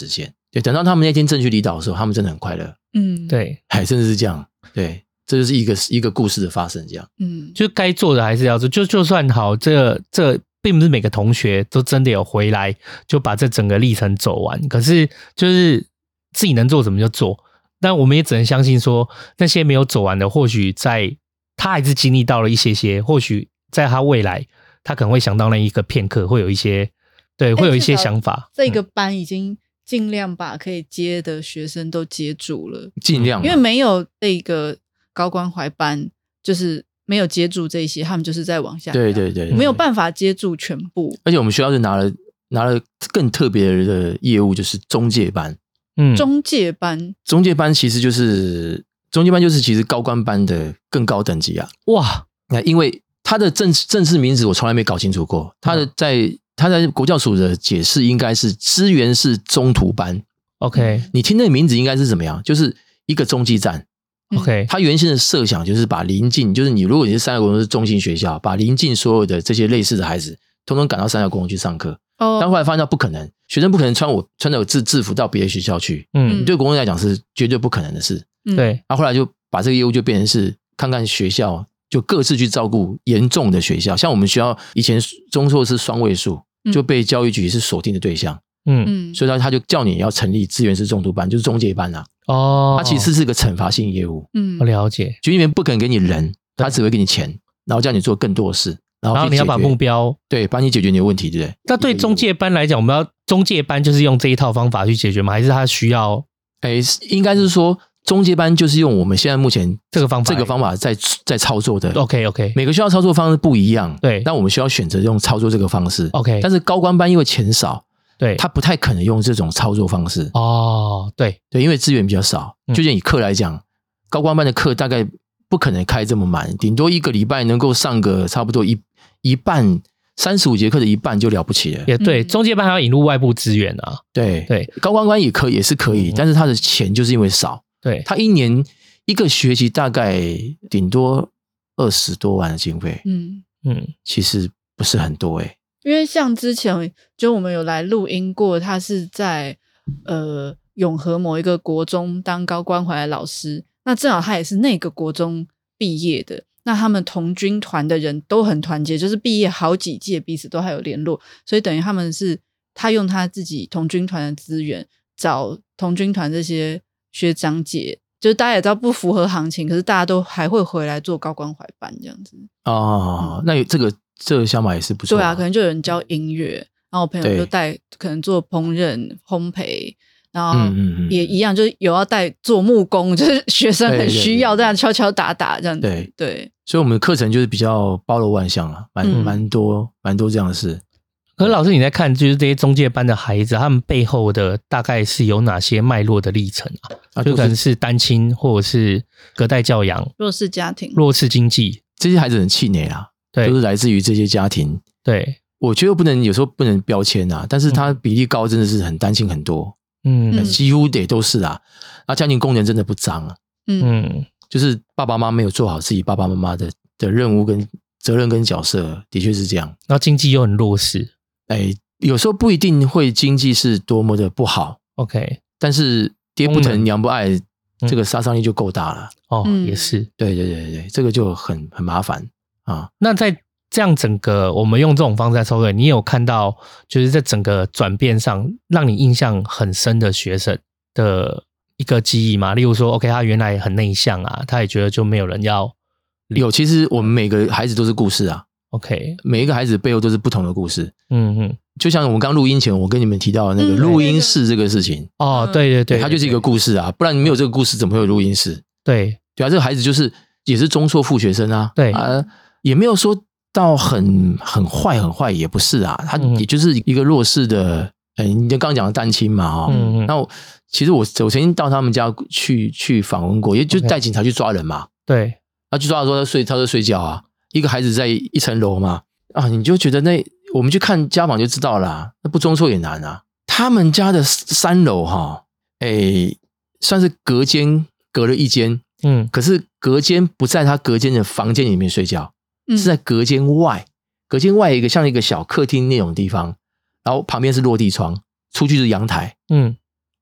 对，等到他们那天正去离岛的时候，他们真的很快乐。 对， 还真的是这样。对，这就是一个故事的发生，这样。 就该做的还是要做，就算好，这并不是每个同学都真的有回来就把这整个历程走完，可是就是自己能做什么就做。但我们也只能相信说，那些没有走完的，或许在他还是经历到了一些，或许在他未来，他可能会想到那一个片刻，会有一些想法。 这个班已经尽量把可以接的学生都接住了， 尽量， 因为没有这个高关怀班，就是没有接住这些，他们就是在往下。 对， 没有办法接住全部。而且我们学校是拿了更特别的业务，就是中介班。 中介班其实就是其实高关班的更高等级啊！ 哇， 因为它的正式名字我从来没搞清楚过，它在国教署的解释应该是资源式中途班。 OK， 你听那个名字应该是怎么样？就是一个中继站。 OK， 他原先的设想就是把邻近，就是如果你是三峡国中是中心学校，把邻近所有的这些类似的孩子，通通赶到三峡国中去上课。但后来发现到不可能，学生不可能穿着有制服到别的学校去。对国中来讲是绝对不可能的事。 对， 后来就把这个业务就变成是看看学校，就各自去照顾严重的学校。像我们学校以前中辍是双位数，就被教育局是锁定的对象。所以他就叫你要成立资源式中途班，就是中介班啊。它其实是个惩罚性业务。 我了解。 局里面不可能给你人，他只会给你钱，然后叫你做更多的事。然后你要把目标帮你解决你的问题，对不对？ 那对中介班来讲，我们要中介班就是用这一套方法去解决吗？还是他需要？ 应该是说中介班就是用我们现在目前这个方法在操作的。 OK， 每个学校操作方式不一样， 对。 但我们需要选择用操作这个方式。 OK， 但是高关班因为钱少， 对， 他不太可能用这种操作方式。 对， 因为资源比较少。就像以课来讲，高关班的课大概不可能开这么满，顶多一个礼拜能够上个差不多一半，35节课的一半就了不起了。 也对，中介班还要引入外部资源啊。 对，高关班也是可以，但是他的钱就是因为少。对，他一年一个学期大概顶多20多万的经费。其实不是很多。 因为像之前就我们有来录音过，他是在永和某一个国中当高关怀的老师，那正好他也是那个国中毕业的。那他们童军团的人都很团结，就是毕业好几届彼此都还有联络，所以等于他用他自己童军团的资源找童军团这些学长姐，就是大家也知道不符合行情，可是大家都还会回来做高关怀班这样子。 那这个想法也是不错。 对啊，可能就有人教音乐，然后我朋友就带可能做烹饪烘焙，然后也一样，就是有要带做木工，就是学生很需要这样敲敲打打这样子。对， 所以我们的课程就是比较包罗万象啊，蛮多这样的事。 可是老师你在看就是这些中介班的孩子，他们背后的大概是有哪些脉络的历程啊？就可能是单亲或者是隔代教养、 弱势家庭、 弱势经济， 这些孩子很气馁啊。对，都是来自于这些家庭。 对， 我觉得有时候不能标签啊，但是他比例高，真的是很单亲很多。几乎都是啊。那家庭功能真的不彰啊。就是爸爸妈妈没有做好自己爸爸妈妈的任务跟责任跟角色，的确是这样。 然后经济又很弱势。 有时候不一定会经济是多么的不好。 OK， 但是爹不疼娘不爱，这个杀伤力就够大了。 也是。 对，这个就很麻烦。 那在这样整个我们用这种方式来操作，你有看到就是在整个转变上让你印象很深的学生的一个记忆吗？例如说 OK 他原来很内向啊，他也觉得就没有人要有。其实我们每个孩子都是故事啊。 OK， 每一个孩子背后都是不同的故事。就像我们刚录音前我跟你们提到的那个录音室这个事情。 对， 它就是一个故事啊，不然没有这个故事怎么会有录音室？ 对啊，这个孩子也是中辍副学生啊。 对也没有说到很坏也不是啊，他也就是一个弱势的。你刚刚讲的单亲嘛。那其实我曾经到他们家去访问过，也就带警察去抓人嘛。 对， 他去抓的时候他在睡觉啊，一个孩子在一层楼嘛。你就觉得我们去看家访就知道啦，那不中辍也难啊。他们家的3楼算是隔间隔了一间。可是隔间不在他隔间的房间里面睡觉，是在隔间外一个像一个小客厅那种地方，然后旁边是落地窗，出去是阳台。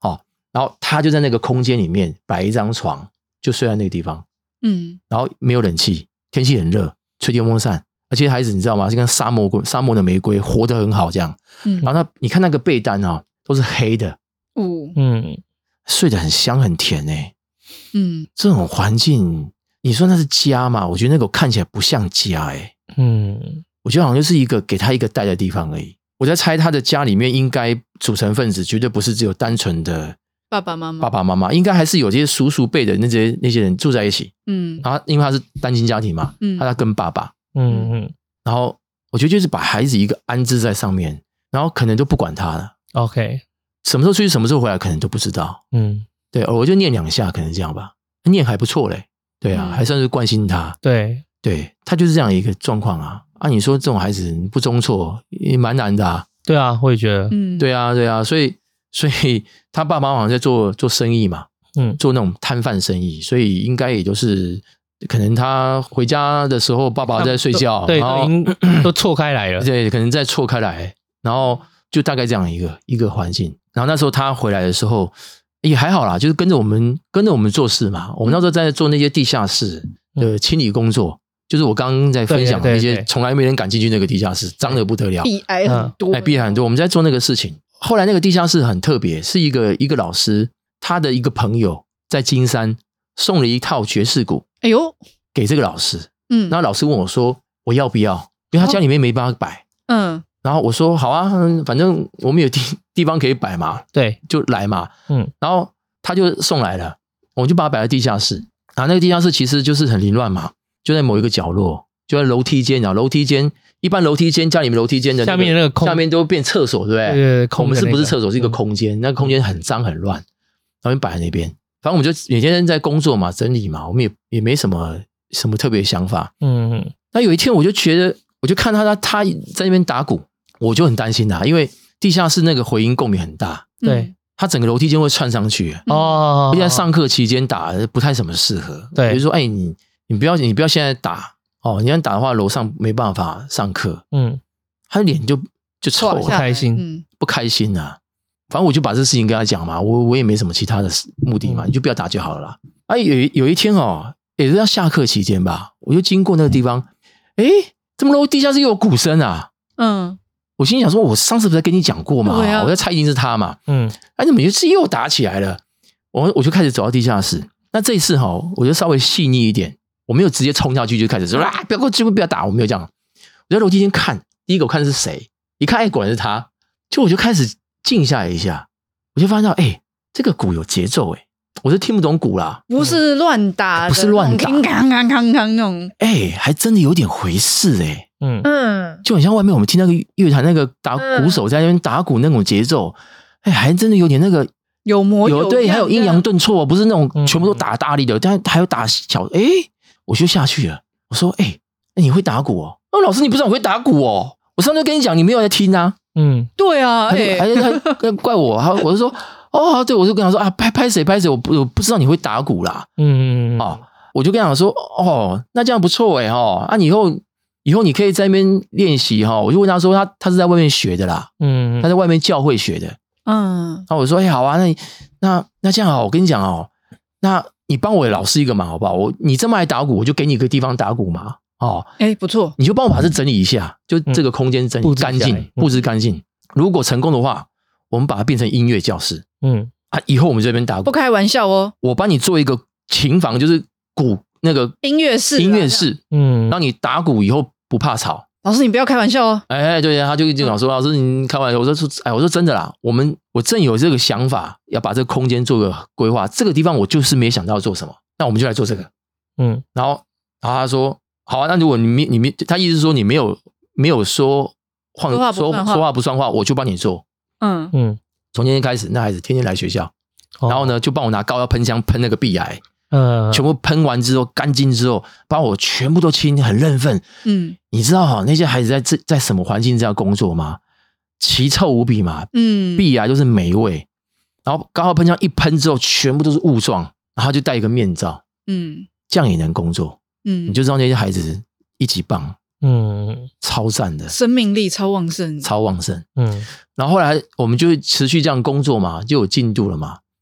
然后他就在那个空间里面摆一张床，就睡在那个地方。然后没有冷气，天气很热，吹电风扇，而且孩子你知道吗？是跟沙漠的玫瑰，活得很好这样。然后你看那个被单啊，都是黑的。睡得很香很甜欸。这种环境，你说那是家吗？我觉得那个看起来不像家欸。我觉得好像就是一个给他一个待的地方而已。我在猜他的家里面应该组成分子绝对不是只有单纯的爸爸妈妈，应该还是有这些叔叔辈的那些人住在一起。然后因为他是单亲家庭嘛，他跟爸爸。然后我觉得就是把孩子一个安置在上面，然后可能都不管他了。 OK， 什么时候出去，什么时候回来，可能都不知道。对，我就念2下，可能这样吧。念还不错嘞，对啊，还算是关心他。 对， 他就是这样一个状况啊。你说这种孩子不中错也蛮难的啊。 对啊，我也觉得。 对啊，所以他爸妈好像在做生意嘛，做那种摊贩生意，所以应该也就是可能他回家的时候，爸爸在睡觉， 对， 然后都错开来了， 对，可能在错开来，然后就大概这样一个环境。然后那时候他回来的时候也还好啦，就是跟着我们做事嘛。我们那时候在做那些地下室的清理工作。就是我刚刚在分享的那些，从来没人敢进去那个地下室，脏得不得了， 壁癌很多， 壁癌很多。我们在做那个事情，后来那个地下室很特别，是一个老师，他的一个朋友在金山送了一套爵士鼓，给这个老师。然后老师问我说，我要不要？因为他家里面没办法摆。然后我说好啊，反正我们有地方可以摆嘛，对，就来嘛。然后他就送来了，我就把它摆在地下室。然后那个地下室其实就是很凌乱嘛。就在某一个角落，就在楼梯间，然后楼梯间一般楼梯间家里面楼梯间的、下面那个空下面都变厕所，对不对？对，我们是不是厕所？是一个空间，那个空间很脏很乱，然后摆在那边。反正我们就每天在工作嘛，整理嘛，我们也没什么特别想法。那有一天我就觉得，我就看他在那边打鼓，我就很担心他，因为地下室那个回音共鸣很大，对，他整个楼梯间会窜上去而且在上课期间打不太什么适合。对，比如说你不要现在打你现在打的话，楼上没办法上课。他的脸就臭了，不开心啊。反正我就把这事情跟他讲嘛，我也没什么其他的目的嘛，你就不要打就好了啦。有一天也是要下课期间吧，我就经过那个地方，怎么楼地下室又有鼓声啊？我心里想说，我上次不是跟你讲过嘛，我在猜一定是他嘛。怎么又打起来了？我就开始走到地下室。那这一次我就稍微细腻一点。我没有直接冲下去就开始说不要过去，不要打，我没有这样。我在楼梯间看，第一个我看是谁，一看果然是他，我就开始静下来一下，我就发现到这个鼓有节奏我是听不懂鼓啦， 不是乱打的， 不是乱打， 铿那种， 还真的有点回事就很像外面我们听那个乐坛那个打鼓手在那边打鼓那种节奏，还真的有点那个。 有模有样， 对，还有阴阳顿挫，不是那种全部都打大力的，但还有打小，我就下去了。我说，你会打鼓哦？老师，你不知道我会打鼓哦？我上次跟你讲，你没有在听啊。 对啊， 还怪我，我就说，对，我就跟他说拍谁，我不知道你会打鼓啦。我就跟他说，那这样不错以后你可以在那边练习我就问他说，他是在外面学的啦，他在外面教会学的。然后我说好啊，那这样我跟你讲那你帮我老师一个忙好不好？你这么爱打鼓，我就给你一个地方打鼓嘛。 不错， 你就帮我把这整理一下，就这个空间整理干净，布置干净。如果成功的话，我们把它变成音乐教室。以后我们这边打鼓， 不开玩笑哦。 我帮你做一个琴房，就是鼓那个音乐室， 让你打鼓以后不怕吵。 老师，你不要开玩笑哦！ 对，他就讲说，老师你开玩笑。我说真的啦，我正有这个想法，要把这个空间做个规划。这个地方我就是没想到做什么，那我们就来做这个。然后他说好啊，那如果你他意思是说你没有说话不算话，我就帮你做。从今天开始，那孩子天天来学校，然后呢就帮我拿膏药喷枪喷那个壁癌。全部喷完之后干净之后，把我全部都清，很认份。你知道那些孩子在什么环境这样工作吗？奇臭无比嘛，壁癌都是霉味，然后膏药喷枪一喷之后，全部都是雾状，然后就戴一个面罩，这样也能工作，你就知道那些孩子一级棒，超赞的， 生命力超旺盛， 然后后来我们就持续这样工作嘛，就有进度了嘛。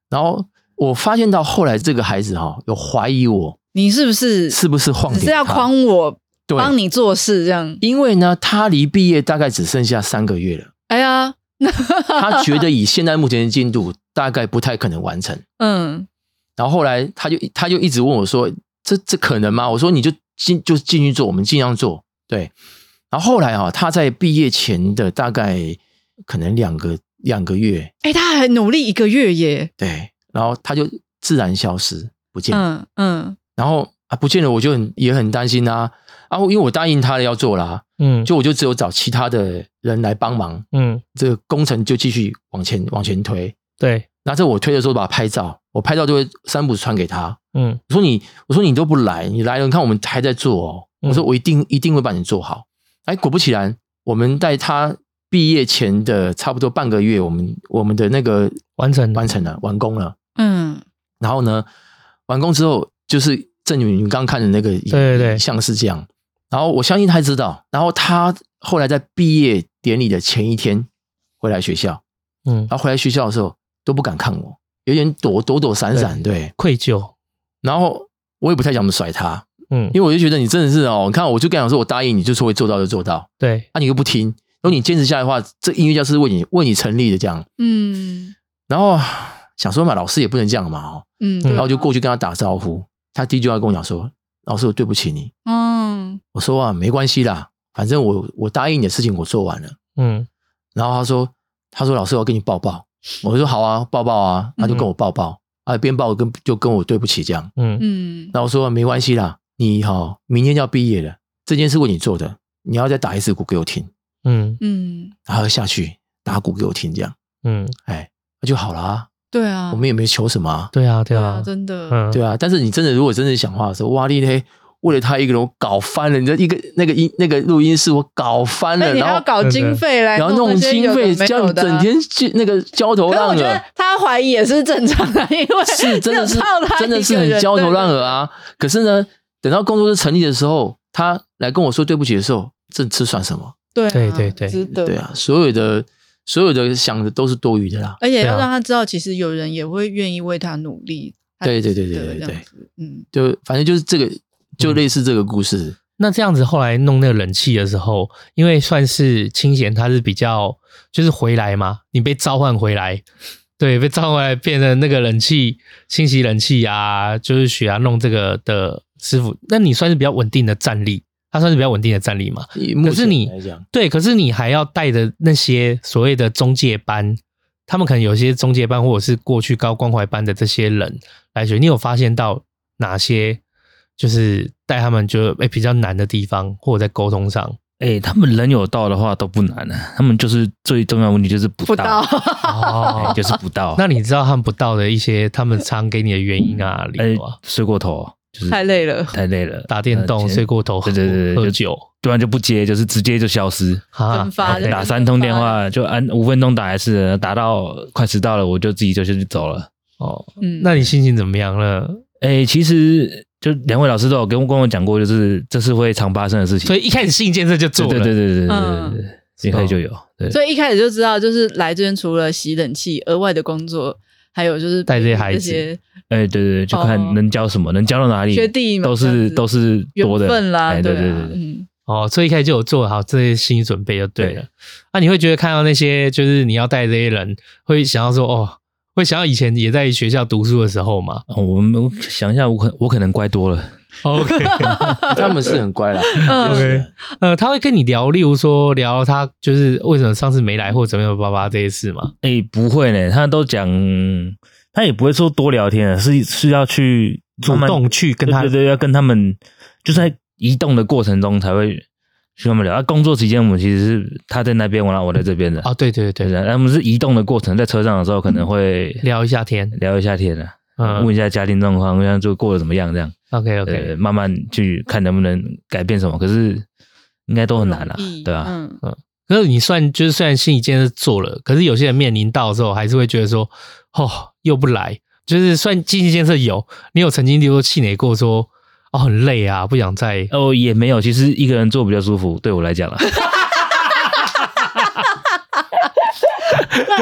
然后我发现到后来这个孩子有怀疑我， 你是不是晃点他， 只是要诓我帮你做事这样？ 因为呢，他离毕业大概只剩下3个月了。 哎呀， 他觉得以现在目前的进度，大概不太可能完成。然后后来他就一直问我说：“这可能吗？”我说：“你就进去做，我们尽量做。”对。然后后来他在毕业前的大概可能两个月， 他还努力1个月耶。 对，然后他就自然消失不见了。然后不见了，我就也很担心啊。因为我答应他的要做啦，我就只有找其他的人来帮忙，这个工程就继续往前推。 对， 那这我推的时候把它拍照，我拍照就会3步传给他。我说你都不来，你来了，你看我们还在做哦。我说我一定会把你做好。果不其然，我们在他毕业前的差不多半个月，我们的那个完成了，完工了。然后呢，完工之后就是正如你刚刚看的那个影像是这样。然后我相信他知道，然后他后来在毕业典礼的前一天回来学校，然后回来学校的时候都不敢看我，有点躲闪闪，对， 愧疚。 然后我也不太想甩他，因为我就觉得你真的是你看我就跟你讲说我答应你就是会做到就做到， 对， 你又不听，如果你坚持下来的话，这音乐教室为你成立的这样，然后想说嘛，老师也不能这样嘛，然后就过去跟他打招呼，他第一句话跟我讲说：“老师，我对不起你。”我说没关系啦，反正我答应你的事情我做完了。然后他说老师我要跟你抱抱，我说好啊，抱抱啊，他就跟我抱抱，边抱就跟我对不起这样。然后我说没关系啦，你明天就要毕业了，这件事为你做的，你要再打一次鼓给我听。然后下去打鼓给我听这样。那就好了啊。 对啊， 我们也没求什么啊。 对啊， 真的。 对啊，但是你如果真的想话的时候，哇你嘞，为了他一个人我搞翻了，你的那个录音室我搞翻了， 然后要搞经费来， 然后弄经费，这样整天那个焦头烂额。我觉得他怀疑也是正常的，因为是真的是很焦头烂额啊。可是呢，等到工作室成立的时候，他来跟我说对不起的时候，这算什么？ 对， 值得。对啊，所有的想的都是多余的啦。 而且要让他知道，其实有人也会愿意为他努力。 对，就反正就是这个。就类似这个故事。 那这样子后来弄那个冷气的时候，因为算是清贤他是比较就是回来嘛，你被召唤回来，对，被召唤回来变成那个冷气清洗冷气啊，就是许他弄这个的师傅，那你算是比较稳定的战力，他算是比较稳定的战力嘛。可是你还要带着那些所谓的中介班，他们可能有些中介班或者是过去高关怀班的这些人来学，你有发现到哪些就是带他们就比较难的地方，或者在沟通上？ 他们人有到的话都不难啊，他们就是最重要的问题就是不到就是不到。 那你知道他们不到的一些他们常给你的原因啊？理由啊？ 睡过头，就是太累了， 打电动睡过头， 对， 喝酒， 突然就不接，就是直接就消失， 分发的打3通电话就按5分钟打一次，打到快迟到了，我就自己就去走了。 那你心情怎么样了？ 其实就2位老师都有跟我讲过，就是这是会常发生的事情， 所以一开始新建设就做了， 对，一开始就有，对， 所以一开始就知道，就是来这边除了洗冷气，额外的工作还有就是带这些孩子， 对，就看能教什么，能教到哪里， 学弟都是多的缘分啦，对， 所以一开始就有做好这些心理准备就对了。你会觉得看到那些就是你要带这些人，会想要说会想到以前也在学校读书的时候嘛？ 我想一下，我可能乖多了。 OK， 他们是很乖啦。 OK， 他会跟你聊，例如说聊他就是为什么上次没来或怎么样爸爸这些事吗？ 不会呢，他都讲，他也不会说多聊天，是要去主动去跟他， 对，要跟他们，就在移动的过程中才会去跟他们聊。工作期间我们其实是他在那边，我在这边的。 对， 我们是移动的过程，在车上的时候可能会聊一下天问一下家庭状况，问就过得怎么样这样。 OK， 慢慢去看能不能改变什么，可是应该都很难啦，对吧？ 可是你就是虽然心理建设做了，可是有些人面临到的时候，还是会觉得说，又不来，就是算心理建设有，你有曾经例如气馁过说，很累啊，不想再也没有，其实一个人做比较舒服，对我来讲啦。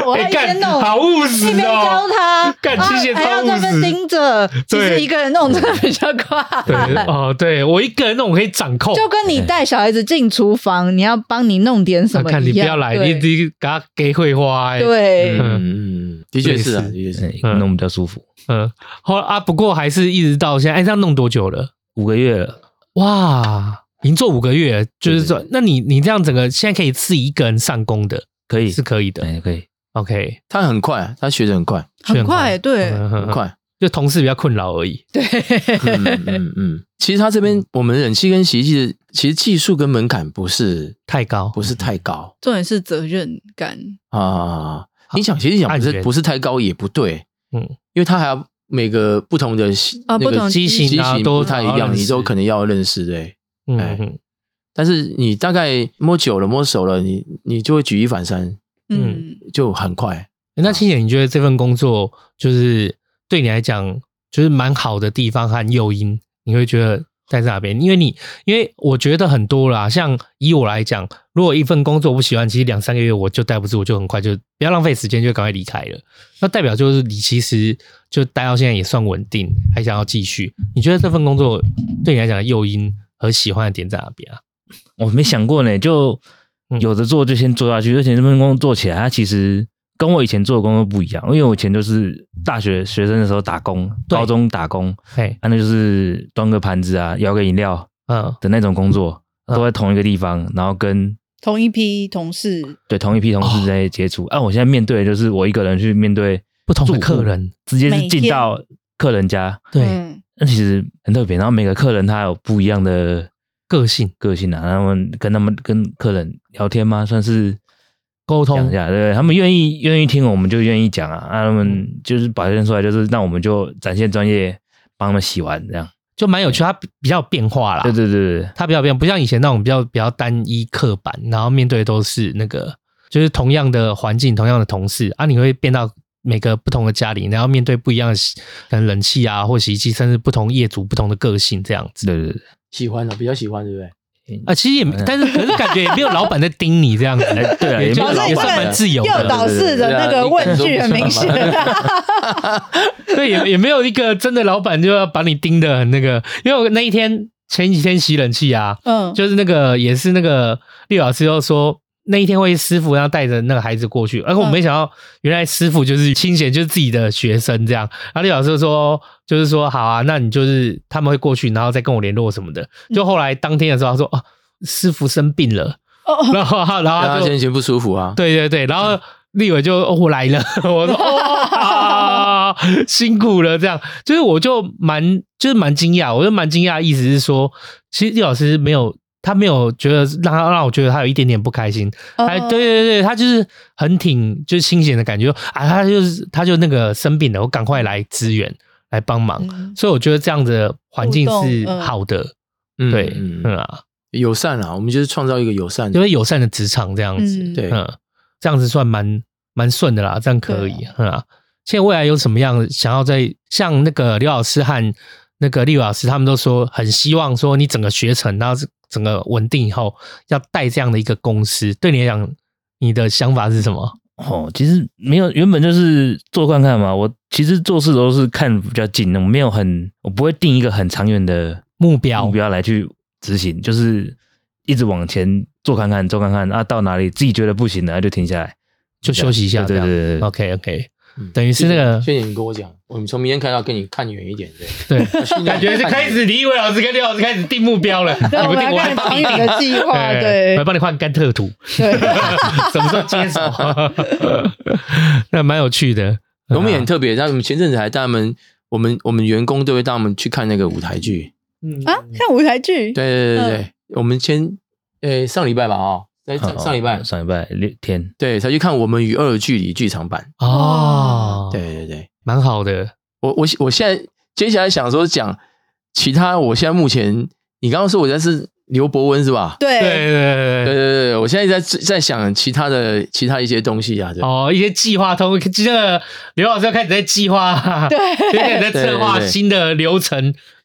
我还一边弄， 好务实哦， 一边教他， 干清洁还要超务实。 在那边盯着，其实一个人弄真的比较快。 对我一个人弄我可以掌控， 就跟你带小孩子进厨房，你要帮你弄点什么一样。 看你不要来，你给他给会花。 对， 的确是啊，的确是， 弄比较舒服。 不过还是一直到现在，这样弄多久了 ？5个月了。 哇，已经做5个月了，就是说，那你这样整个现在可以自己一个人上工的， 可以是可以的， 可以。 OK， 他很快，他学得很快， 很快，对， 很快， 就同事比较困扰而已。 对， 其实他这边我们冷气跟洗衣机的，其实技术跟门槛不是太高， 重点是责任感啊。你想，其实讲不是太高也不对，因为他还要每个不同的不同机型啊都不太一样，你都可能要认识，对，但是你大概摸久了摸熟了，你就会举一反三，就很快。 那青姐，你觉得这份工作就是对你来讲就是蛮好的地方和诱因，你会觉得在哪边？因为我觉得很多啦，像以我来讲，如果一份工作我不喜欢，其实2-3个月我就待不住，我就很快就不要浪费时间，就赶快离开了。那代表就是你其实就待到现在也算稳定，还想要继续。你觉得这份工作对你来讲的诱因和喜欢的点在哪边啊？ 我没想过呢，就有的做就先做下去，而且这份工作做起来，它其实跟我以前做的工作不一样，因为我以前就是大学学生的时候打工，高中打工，那就是端个盘子啊，舀个饮料的那种工作，都在同一个地方，然后跟同一批同事， 对，同一批同事在接触。我现在面对的就是我一个人去面对不同的客人， 直接是进到客人家， 对， 那其实很特别。然后每个客人他有不一样的个性啊，他们跟客人聊天吗？算是沟通一下，对，他们愿意听，我们就愿意讲啊。他们就是表现出来，就是那我们就展现专业，帮他们洗完，这样就蛮有趣。它比较有变化啦， 对， 它比较变，不像以前那种比较单一刻板，然后面对都是那个就是同样的环境、同样的同事啊，你会变到每个不同的家里，然后面对不一样的可能冷气啊或洗衣机，甚至不同业主不同的个性这样子。 对， 喜欢的比较喜欢，对不对？ 其实也，但是可是感觉也没有老板在盯你这样子，对啊，也算蛮自由的， 诱导式的那个问句很明显， 对，也没有一个真的老板就要把你盯得很那个，因为我那一天前几天洗冷气啊，就是那个也是那个厉老师又说那一天会师傅然后带着那个孩子过去，而我没想到原来师傅就是清闲，就是自己的学生这样。然后厉老师说就是说好啊，那你就是他们会过去，然后再跟我联络什么的。就后来当天的时候他说师傅生病了，然后他先前不舒服啊， 对，然后立伟就我来了，我说辛苦了这样，就是我就蛮惊讶，我就蛮惊讶，意思是说其实厉老师他没有觉得让我觉得他有一点点不开心，对，他就是很挺就是清闲的感觉他就那个生病了，我赶快来支援来帮忙，所以我觉得这样的环境是好的，对， 友善啊，我们就是创造一个友善， 就是友善的职场这样子， 对， 这样子算蛮顺的啦，这样可以，现在未来有什么样想要在像那个刘老师和那个立伟老师他们都说很希望说你整个学成然后整个稳定以后要带这样的一个公司，对你来讲你的想法是什么？ 其实没有，原本就是做看看嘛，我其实做事都是看比较近，我不会定一个很长远的目标来去执行，就是一直往前做看看啊，到哪里自己觉得不行了就停下来就休息一下， 对 OK，等于是那个谢谢你跟我讲，我们从明天开始要跟你看远一点， 对，感觉是开始李一伟老师跟刘老师开始定目标了，你不定我还帮你定的计划，对， 我还帮你换甘特图， 对， 什么时候接手？那蛮有趣的， 我们也很特别，我们前阵子还带我们员工都会带我们去看那个舞台剧， 看舞台剧， 对，我们上礼拜吧上礼拜 6天， 对，才去看《我们与恶的距离》剧场版对， 蛮好的。 我现在接下来想说讲其他，我现在目前你刚刚说我在是刘伯温是吧？ 对， 我现在在想其他一些东西啊， 一些计划这个刘老师要开始在计划，对，开始在策划新的流程、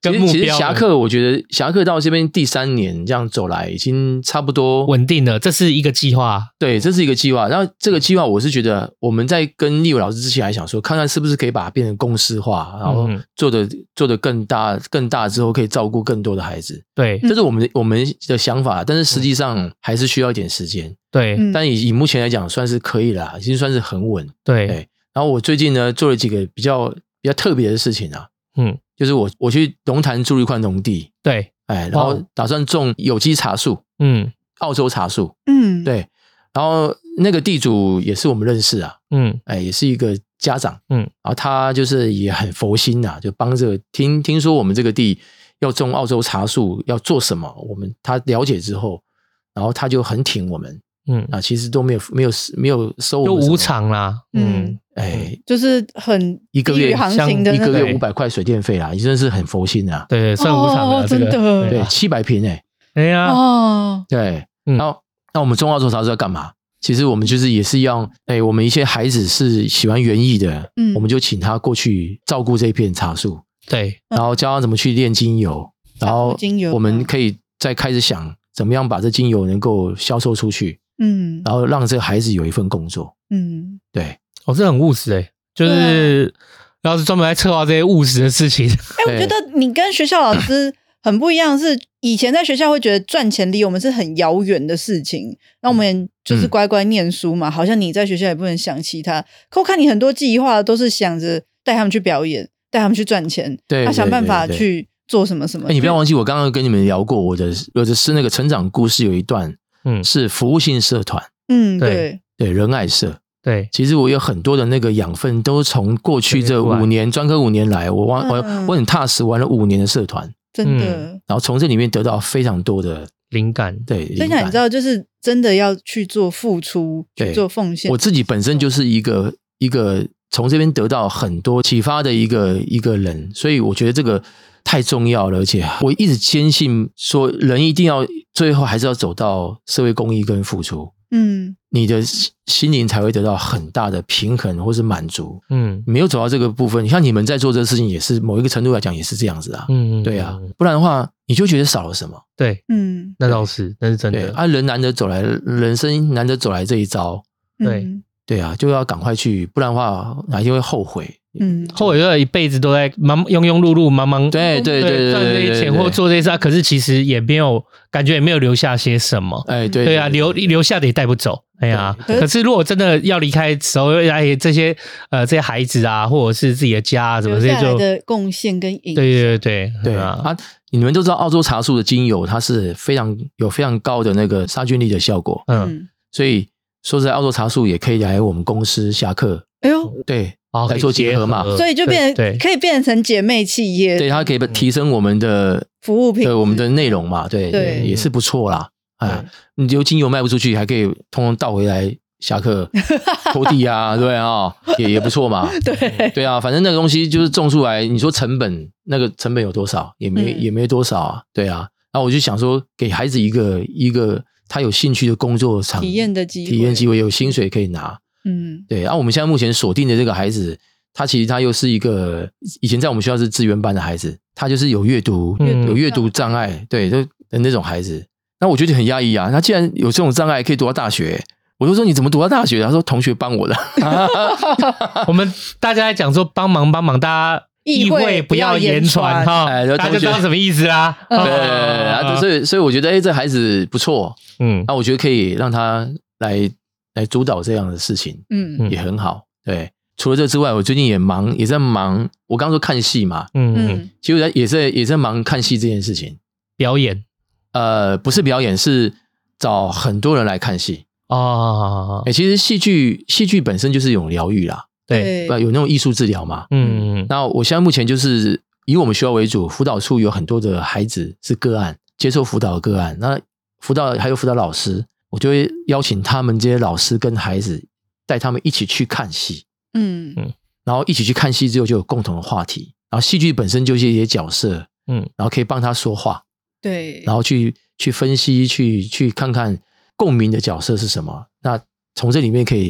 其实侠客，我觉得侠客到这边第3年这样走来，已经差不多稳定了。这是一个计划， 对，这是一个计划。然后这个计划，我是觉得我们在跟立伟老师之前还想说，看看是不是可以把它变成公司化，然后做的更大之后，可以照顾更多的孩子。 对， 这是我们的想法，但是实际上还是需要一点时间。 对， 但以目前来讲，算是可以了，已经算是很稳。 对。 然后我最近呢做了几个比较特别的事情啊。就是我去龙潭朱立宽农地， 对， 然后打算种有机茶树，澳洲茶树，对，然后那个地主也是我们认识啊，也是一个家长，然后他就是也很佛心啊，就帮着听说我们这个地要种澳洲茶树要做什么，他了解之后，然后他就很挺我们，其实都没有收我们， 就无偿啦， 就是很一个月行情的一个月500块水电费啦，真的是很佛心啊， 对，算无偿的， 真的， 对，700坪哎呀， 对，然后那我们种澳洲茶树要干嘛？其实我们就是也是要，我们一些孩子是喜欢园艺的，我们就请他过去照顾这片茶树， 对， 然后教他怎么去炼精油，然后我们可以再开始想怎么样把这精油能够销售出去，然后让这个孩子有一份工作，对， 这很务实就是要是专门来策划这些务实的事情。 我觉得你跟学校老师很不一样，是以前在学校会觉得赚钱离我们是很遥远的事情，那我们就是乖乖念书嘛，好像你在学校也不能想其他。可我看你很多计划都是想着带他们去表演，带他们去赚钱， 对， 想办法去做什么什么。 你不要忘记，我刚刚跟你们聊过，我的是那个成长故事有一段，是服务性社团， 对， 仁爱社。 对， 其实我有很多的那个养分都从过去这5年专科5年来，我很踏实玩了5年的社团， 真的， 然后从这里面得到非常多的灵感。 对， 所以你知道，就是真的要去做付出，去做奉献。 我自己本身就是一个从这边得到很多启发的一个人，所以我觉得这个太重要了，而且我一直坚信说，人一定要最后还是要走到社会公益跟付出。你的心灵才会得到很大的平衡或是满足。没有走到这个部分，像你们在做这个事情，也是某一个程度来讲也是这样子啊。对啊，不然的话，你就觉得少了什么。 对，那倒是，那是真的。 人难得走来，人生难得走来这一遭。对啊，就要赶快去，不然的话，哪一天会后悔。 后悔就一辈子都在庸庸碌碌、忙忙， 对，赚这些钱或做这些事，可是其实也没有感觉，也没有留下些什么。对啊，留下的也带不走。哎呀，可是如果真的要离开的时候，这些孩子啊，或者是自己的家啊，什么这些就的贡献跟影响。 对啊， 你们都知道澳洲茶树的精油，它是非常高的那个杀菌力的效果。所以说实在，澳洲茶树也可以来我们公司下课。对。来做结合嘛， 所以就可以变成姐妹企业。 对，它可以提升我们的服务品， 我们的内容嘛，对，也是不错啦。你就精油卖不出去，还可以通通倒回来下课拖地啊，对啊，也不错嘛。对啊，反正那个东西就是种出来，你说那个成本有多少？也没多少啊。对啊，然后我就想说，给孩子一个他有兴趣的工作场体验机会，有薪水可以拿。对，然后我们现在目前锁定的这个孩子，他其实他又是一个以前在我们学校是资源班的孩子，他就是有阅读障碍，对的那种孩子。那我觉得很压抑啊，他既然有这种障碍可以读到大学，我就说你怎么读到大学？他说同学帮我的。 我们大家在讲说帮忙，大家意会不要言传哈，大家就知道什么意思啦。 所以我觉得这孩子不错，那我觉得可以让他来主导这样的事情，也很好。对，除了这之外，我最近也在忙。我刚刚说看戏嘛，其实也在忙看戏这件事情。 表演， 不是表演，是找很多人来看戏其实戏剧本身就是一种疗愈啦， 对， 有那种艺术治疗嘛。那我现在目前就是以我们学校为主，辅导处有很多的孩子是个案，接受辅导的个案，那还有辅导老师。我就会邀请他们这些老师跟孩子，带他们一起去看戏，然后一起去看戏之后就有共同的话题，然后戏剧本身就是一些角色，然后可以帮他说话， 对， 然后去分析，去看看共鸣的角色是什么，那从这里面可以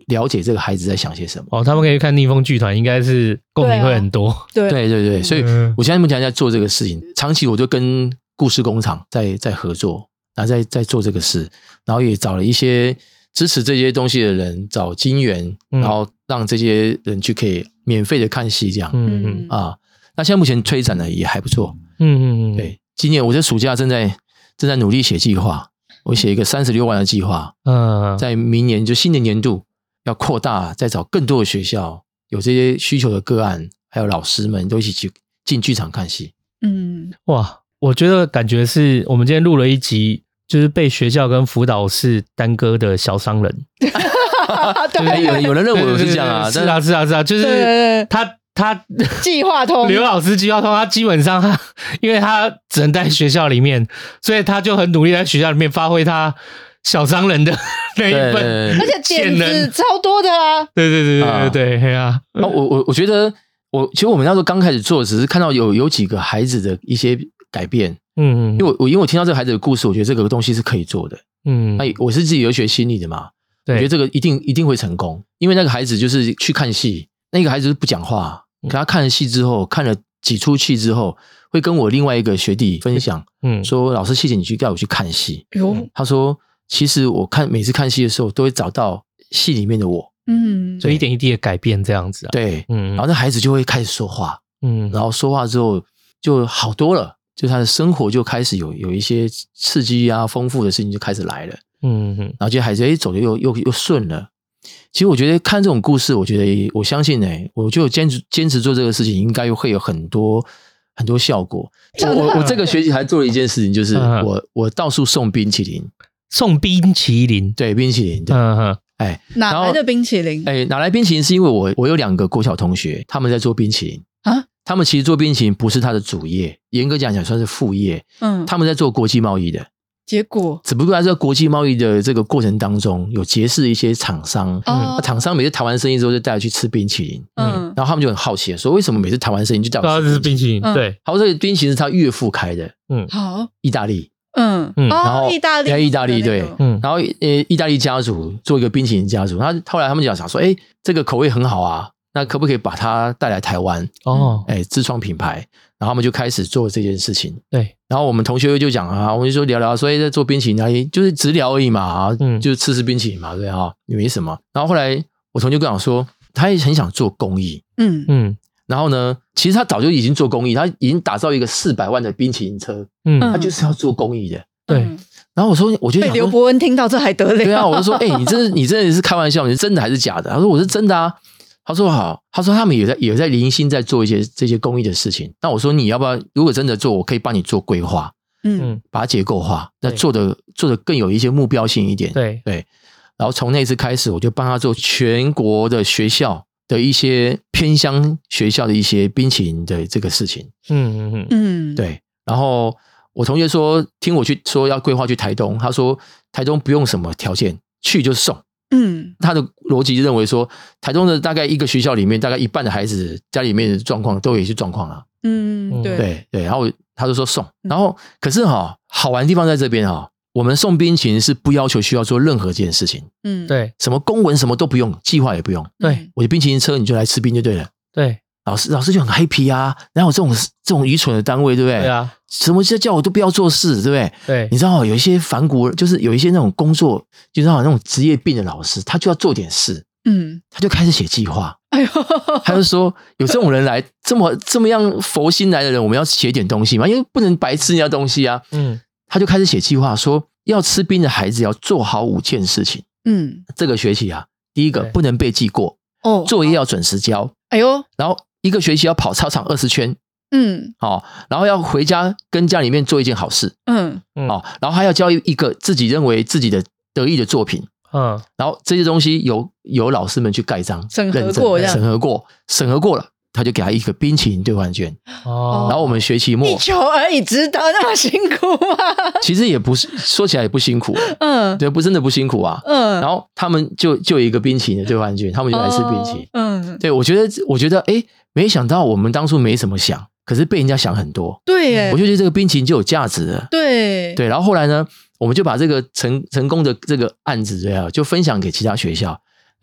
了解这个孩子在想些什么。 哦，他们可以看逆风剧团，应该是共鸣会很多。 对， 所以我现在目前在做这个事情，长期我就跟故事工厂在合作，然后在做这个事，然后也找了一些支持这些东西的人，找金源，然后让这些人去可以免费的看戏这样。那现在目前推展的也还不错。对，今年我这暑假正在努力写计划，我写一个36万的计划。在明年就新的年度要扩大，再找更多的学校有这些需求的个案，还有老师们都一起去进剧场看戏。 哇，我觉得感觉是我们今天录了一集，就是被学校跟辅导室耽搁的小商人。 对， 有人认为我是这样啊， 是啊，就是他计划通， 刘老师计划通，他基本上因为他只能在学校里面，所以他就很努力在学校里面发挥他小商人的那一份， 而且点子超多的啊！ 对啊！ 我觉得其实我们那时候刚开始做，只是看到有几个孩子的一些改变。因为我听到这个孩子的故事，我觉得这个东西是可以做的。那我是自己有学心理的嘛，我觉得这个一定会成功，因为那个孩子就是去看戏，那个孩子是不讲话。可他看了戏之后，看了几出戏之后，会跟我另外一个学弟分享，说老师谢谢你带我去看戏。他说其实我每次看戏的时候，都会找到戏里面的我。 所以一点一滴的改变这样子啊。 对，然后那孩子就会开始说话，然后说话之后就好多了，就他的生活就开始有一些刺激啊、丰富的事情就开始来了。然后这孩子走的又顺了。其实我觉得看这种故事，我相信我就坚持做这个事情，应该会有很多效果。我这个学期还做了一件事情，就是我到处送冰淇淋。 送冰淇淋？ 对，冰淇淋。 哪来的冰淇淋？ 哪来冰淇淋？是因为我有2个国小同学，他们在做冰淇淋啊。他们其实做冰淇淋不是他的主业，严格讲算是副业。他们在做国际贸易的。 结果只不过在这个国际贸易的这个过程当中，有结识一些厂商。厂商每次谈完生意之后，就带他去吃冰淇淋。然后他们就很好奇说，为什么每次谈完生意就带我去吃冰淇淋？对，好，这个冰淇淋是他岳父开的。 好， 意大利。 然后意大利对， 然后意大利家族做一个冰淇淋家族，后来他们就想说，这个口味很好啊，那可不可以把它带来台湾？自创品牌，然后他们就开始做这件事情。对，然后我们同学就讲我们就说聊，所以在做冰淇淋哪里就是只聊而已嘛，就是吃冰淇淋嘛，对啊，也没什么。然后后来我同学跟我说，他也很想做公益。然后呢，其实他早就已经做公益，他已经打造一个400万的冰淇淋车。他就是要做公益的。对。然后我就想被刘伯恩听到这还得了？ 对啊，我就说你真的是开玩笑，你是真的还是假的？他说我是真的啊。他说好，他说他们也在零星在做这些公益的事情。那我说你要不要？如果真的做，我可以帮你做规划，把它结构化，那做的更有一些目标性一点。对。然后从那次开始，我就帮他做全国的学校的一些偏乡学校的一些冰淇淋的这个事情。对。然后我同学说，听我去说要规划去台东，他说台东不用什么条件，去就送。他的逻辑认为说，台东的大概一个学校里面，大概一半的孩子家里面的状况都有一些状况啊。对。然后他就说送，然后可是好玩的地方在这边我们送冰淇淋是不要求需要做任何件事情。对，什么公文什么都不用，计划也不用。对，我的冰淇淋车你就来吃冰就对了。对，老师就很 happy 啊，然后这种愚蠢的单位，对不对？对啊，什么叫我都不要做事，对不对？对，你知道有一些反骨，就是有一些那种工作，就是那种职业病的老师，他就要做点事。他就开始写计划。他就说有这种人来，这么样佛心来的人，我们要写点东西嘛，因为不能白吃人家东西啊。他就开始写计划，说要吃冰的孩子要做好5件事情。这个学期第一个不能被记过，作业要准时交。然后一个学期要跑操场20圈。然后要回家跟家里面做一件好事。然后还要交一个自己认为自己的得意的作品。然后这些东西由老师们去盖章审核过了，他就给他一个冰淇淋兑换券。然后我们学期末一球而已，值得那么辛苦吗？ 其实也不是，说起来也不辛苦。对，真的不辛苦啊。然后他们就有一个冰淇淋的兑换券，他们就来吃冰淇淋。对，我觉得没想到我们当初没什么想，可是被人家想很多。对耶，我就觉得这个冰淇淋就有价值了。对，然后后来呢，我们就把这个成功的这个案子就分享给其他学校。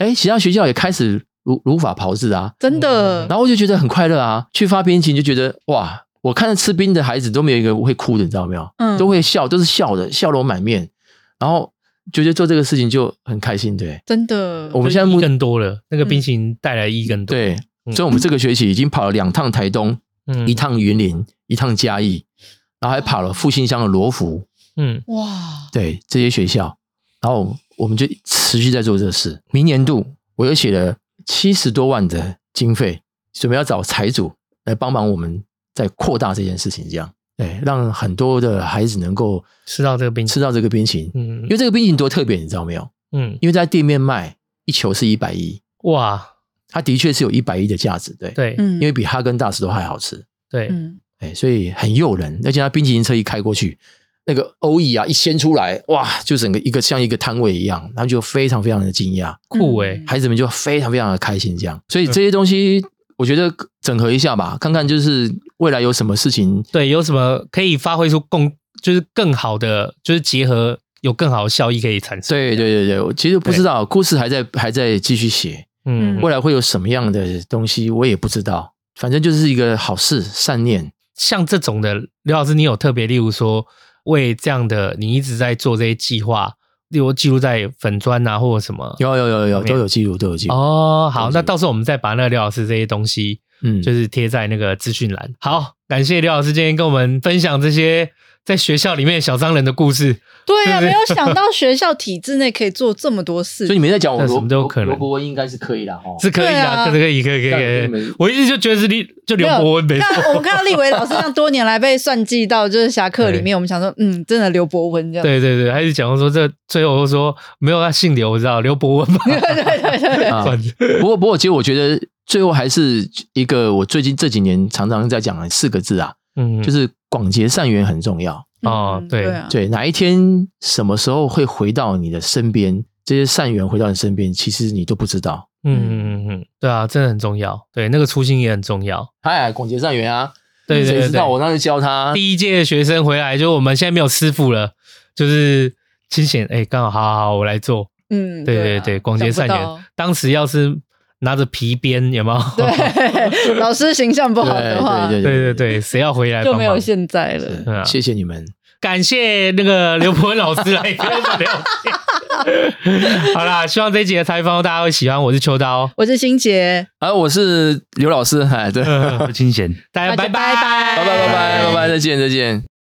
其他学校也开始如法炮制啊， 真的。 然后我就觉得很快乐啊，去发冰淇淋就觉得哇，我看着吃冰的孩子都没有一个会哭的，你知道没有？都会笑，都是笑的，笑容满面，然后觉得做这个事情就很开心，对， 真的。 我们现在更多了，那个冰淇淋带来意义更多， 对，所以我们这个学期已经跑了2趟台东，1趟云林，1趟嘉义，然后还跑了复兴乡的罗浮， 哇， 对，这些学校，然后我们就持续在做这个事。明年度我又写了70多万的经费，准备要找财主来帮忙我们再扩大这件事情，这样对，让很多的孩子能够吃到这个冰淇淋， 因为这个冰淇淋多特别，你知道没有？因为在店面卖一球是110，哇，它的确是有110的价值，对，因为比哈根达斯都还好吃， 对， 所以很诱人，而且它冰淇淋车一开过去，那个欧意啊一掀出来，哇，就整个像一个摊位一样，他们就非常非常的惊讶， 酷孩子们就非常非常的开心，这样，所以这些东西我觉得整合一下吧，看看就是未来有什么事情， 对，有什么可以发挥出就是更好的，就是结合有更好的效益可以产生。 对，我其实不知道，故事还在继续写，未来会有什么样的东西我也不知道，反正就是一个好事善念。 像这种的，刘老师，你有特别，例如说为这样的，你一直在做这些计划，例如记录在粉专啊，或者什么？ 有，都有记录。 哦，好，那到时候我们再把那个刘老师这些东西，就是贴在那个资讯栏。好，感谢刘老师今天跟我们分享这些在学校里面小商人的故事。 对啊，没有想到学校体制内可以做这么多事， 所以你们在讲我什么都有可能。 罗伯温应该是可以啦， 是可以的，可以。我一直就觉得是就刘伯温没错。 我们看到立伟老师这样多年来被算计到就是侠客里面，我们想说，真的刘伯温这样。 对，还是讲说这最后说没有他姓刘，我知道刘伯温嘛。 对。 不过其实我觉得最后还是一个我最近这几年常常在讲的4个字啊，就是广结善缘很重要。对，哪一天什么时候会回到你的身边，这些善缘回到你身边，其实你都不知道。 对啊，真的很重要。对，那个初心也很重要。 广结善缘啊， 对， 谁知道我当时教他第一届学生回来，就我们现在没有师傅了，就是清闲，刚好我来做。对，广结善缘。当时要是拿着皮鞭，有没有？ 对，老师形象不好的话， 对，谁要回来就没有现在了。 谢谢你们， 感谢那个刘伯温老师来跟我们聊天。好啦，希望这一集的采访大家会喜欢。我是秋刀， 我是欣杰， 我是刘老师，对， 我是清闲， 大家拜拜， 再见。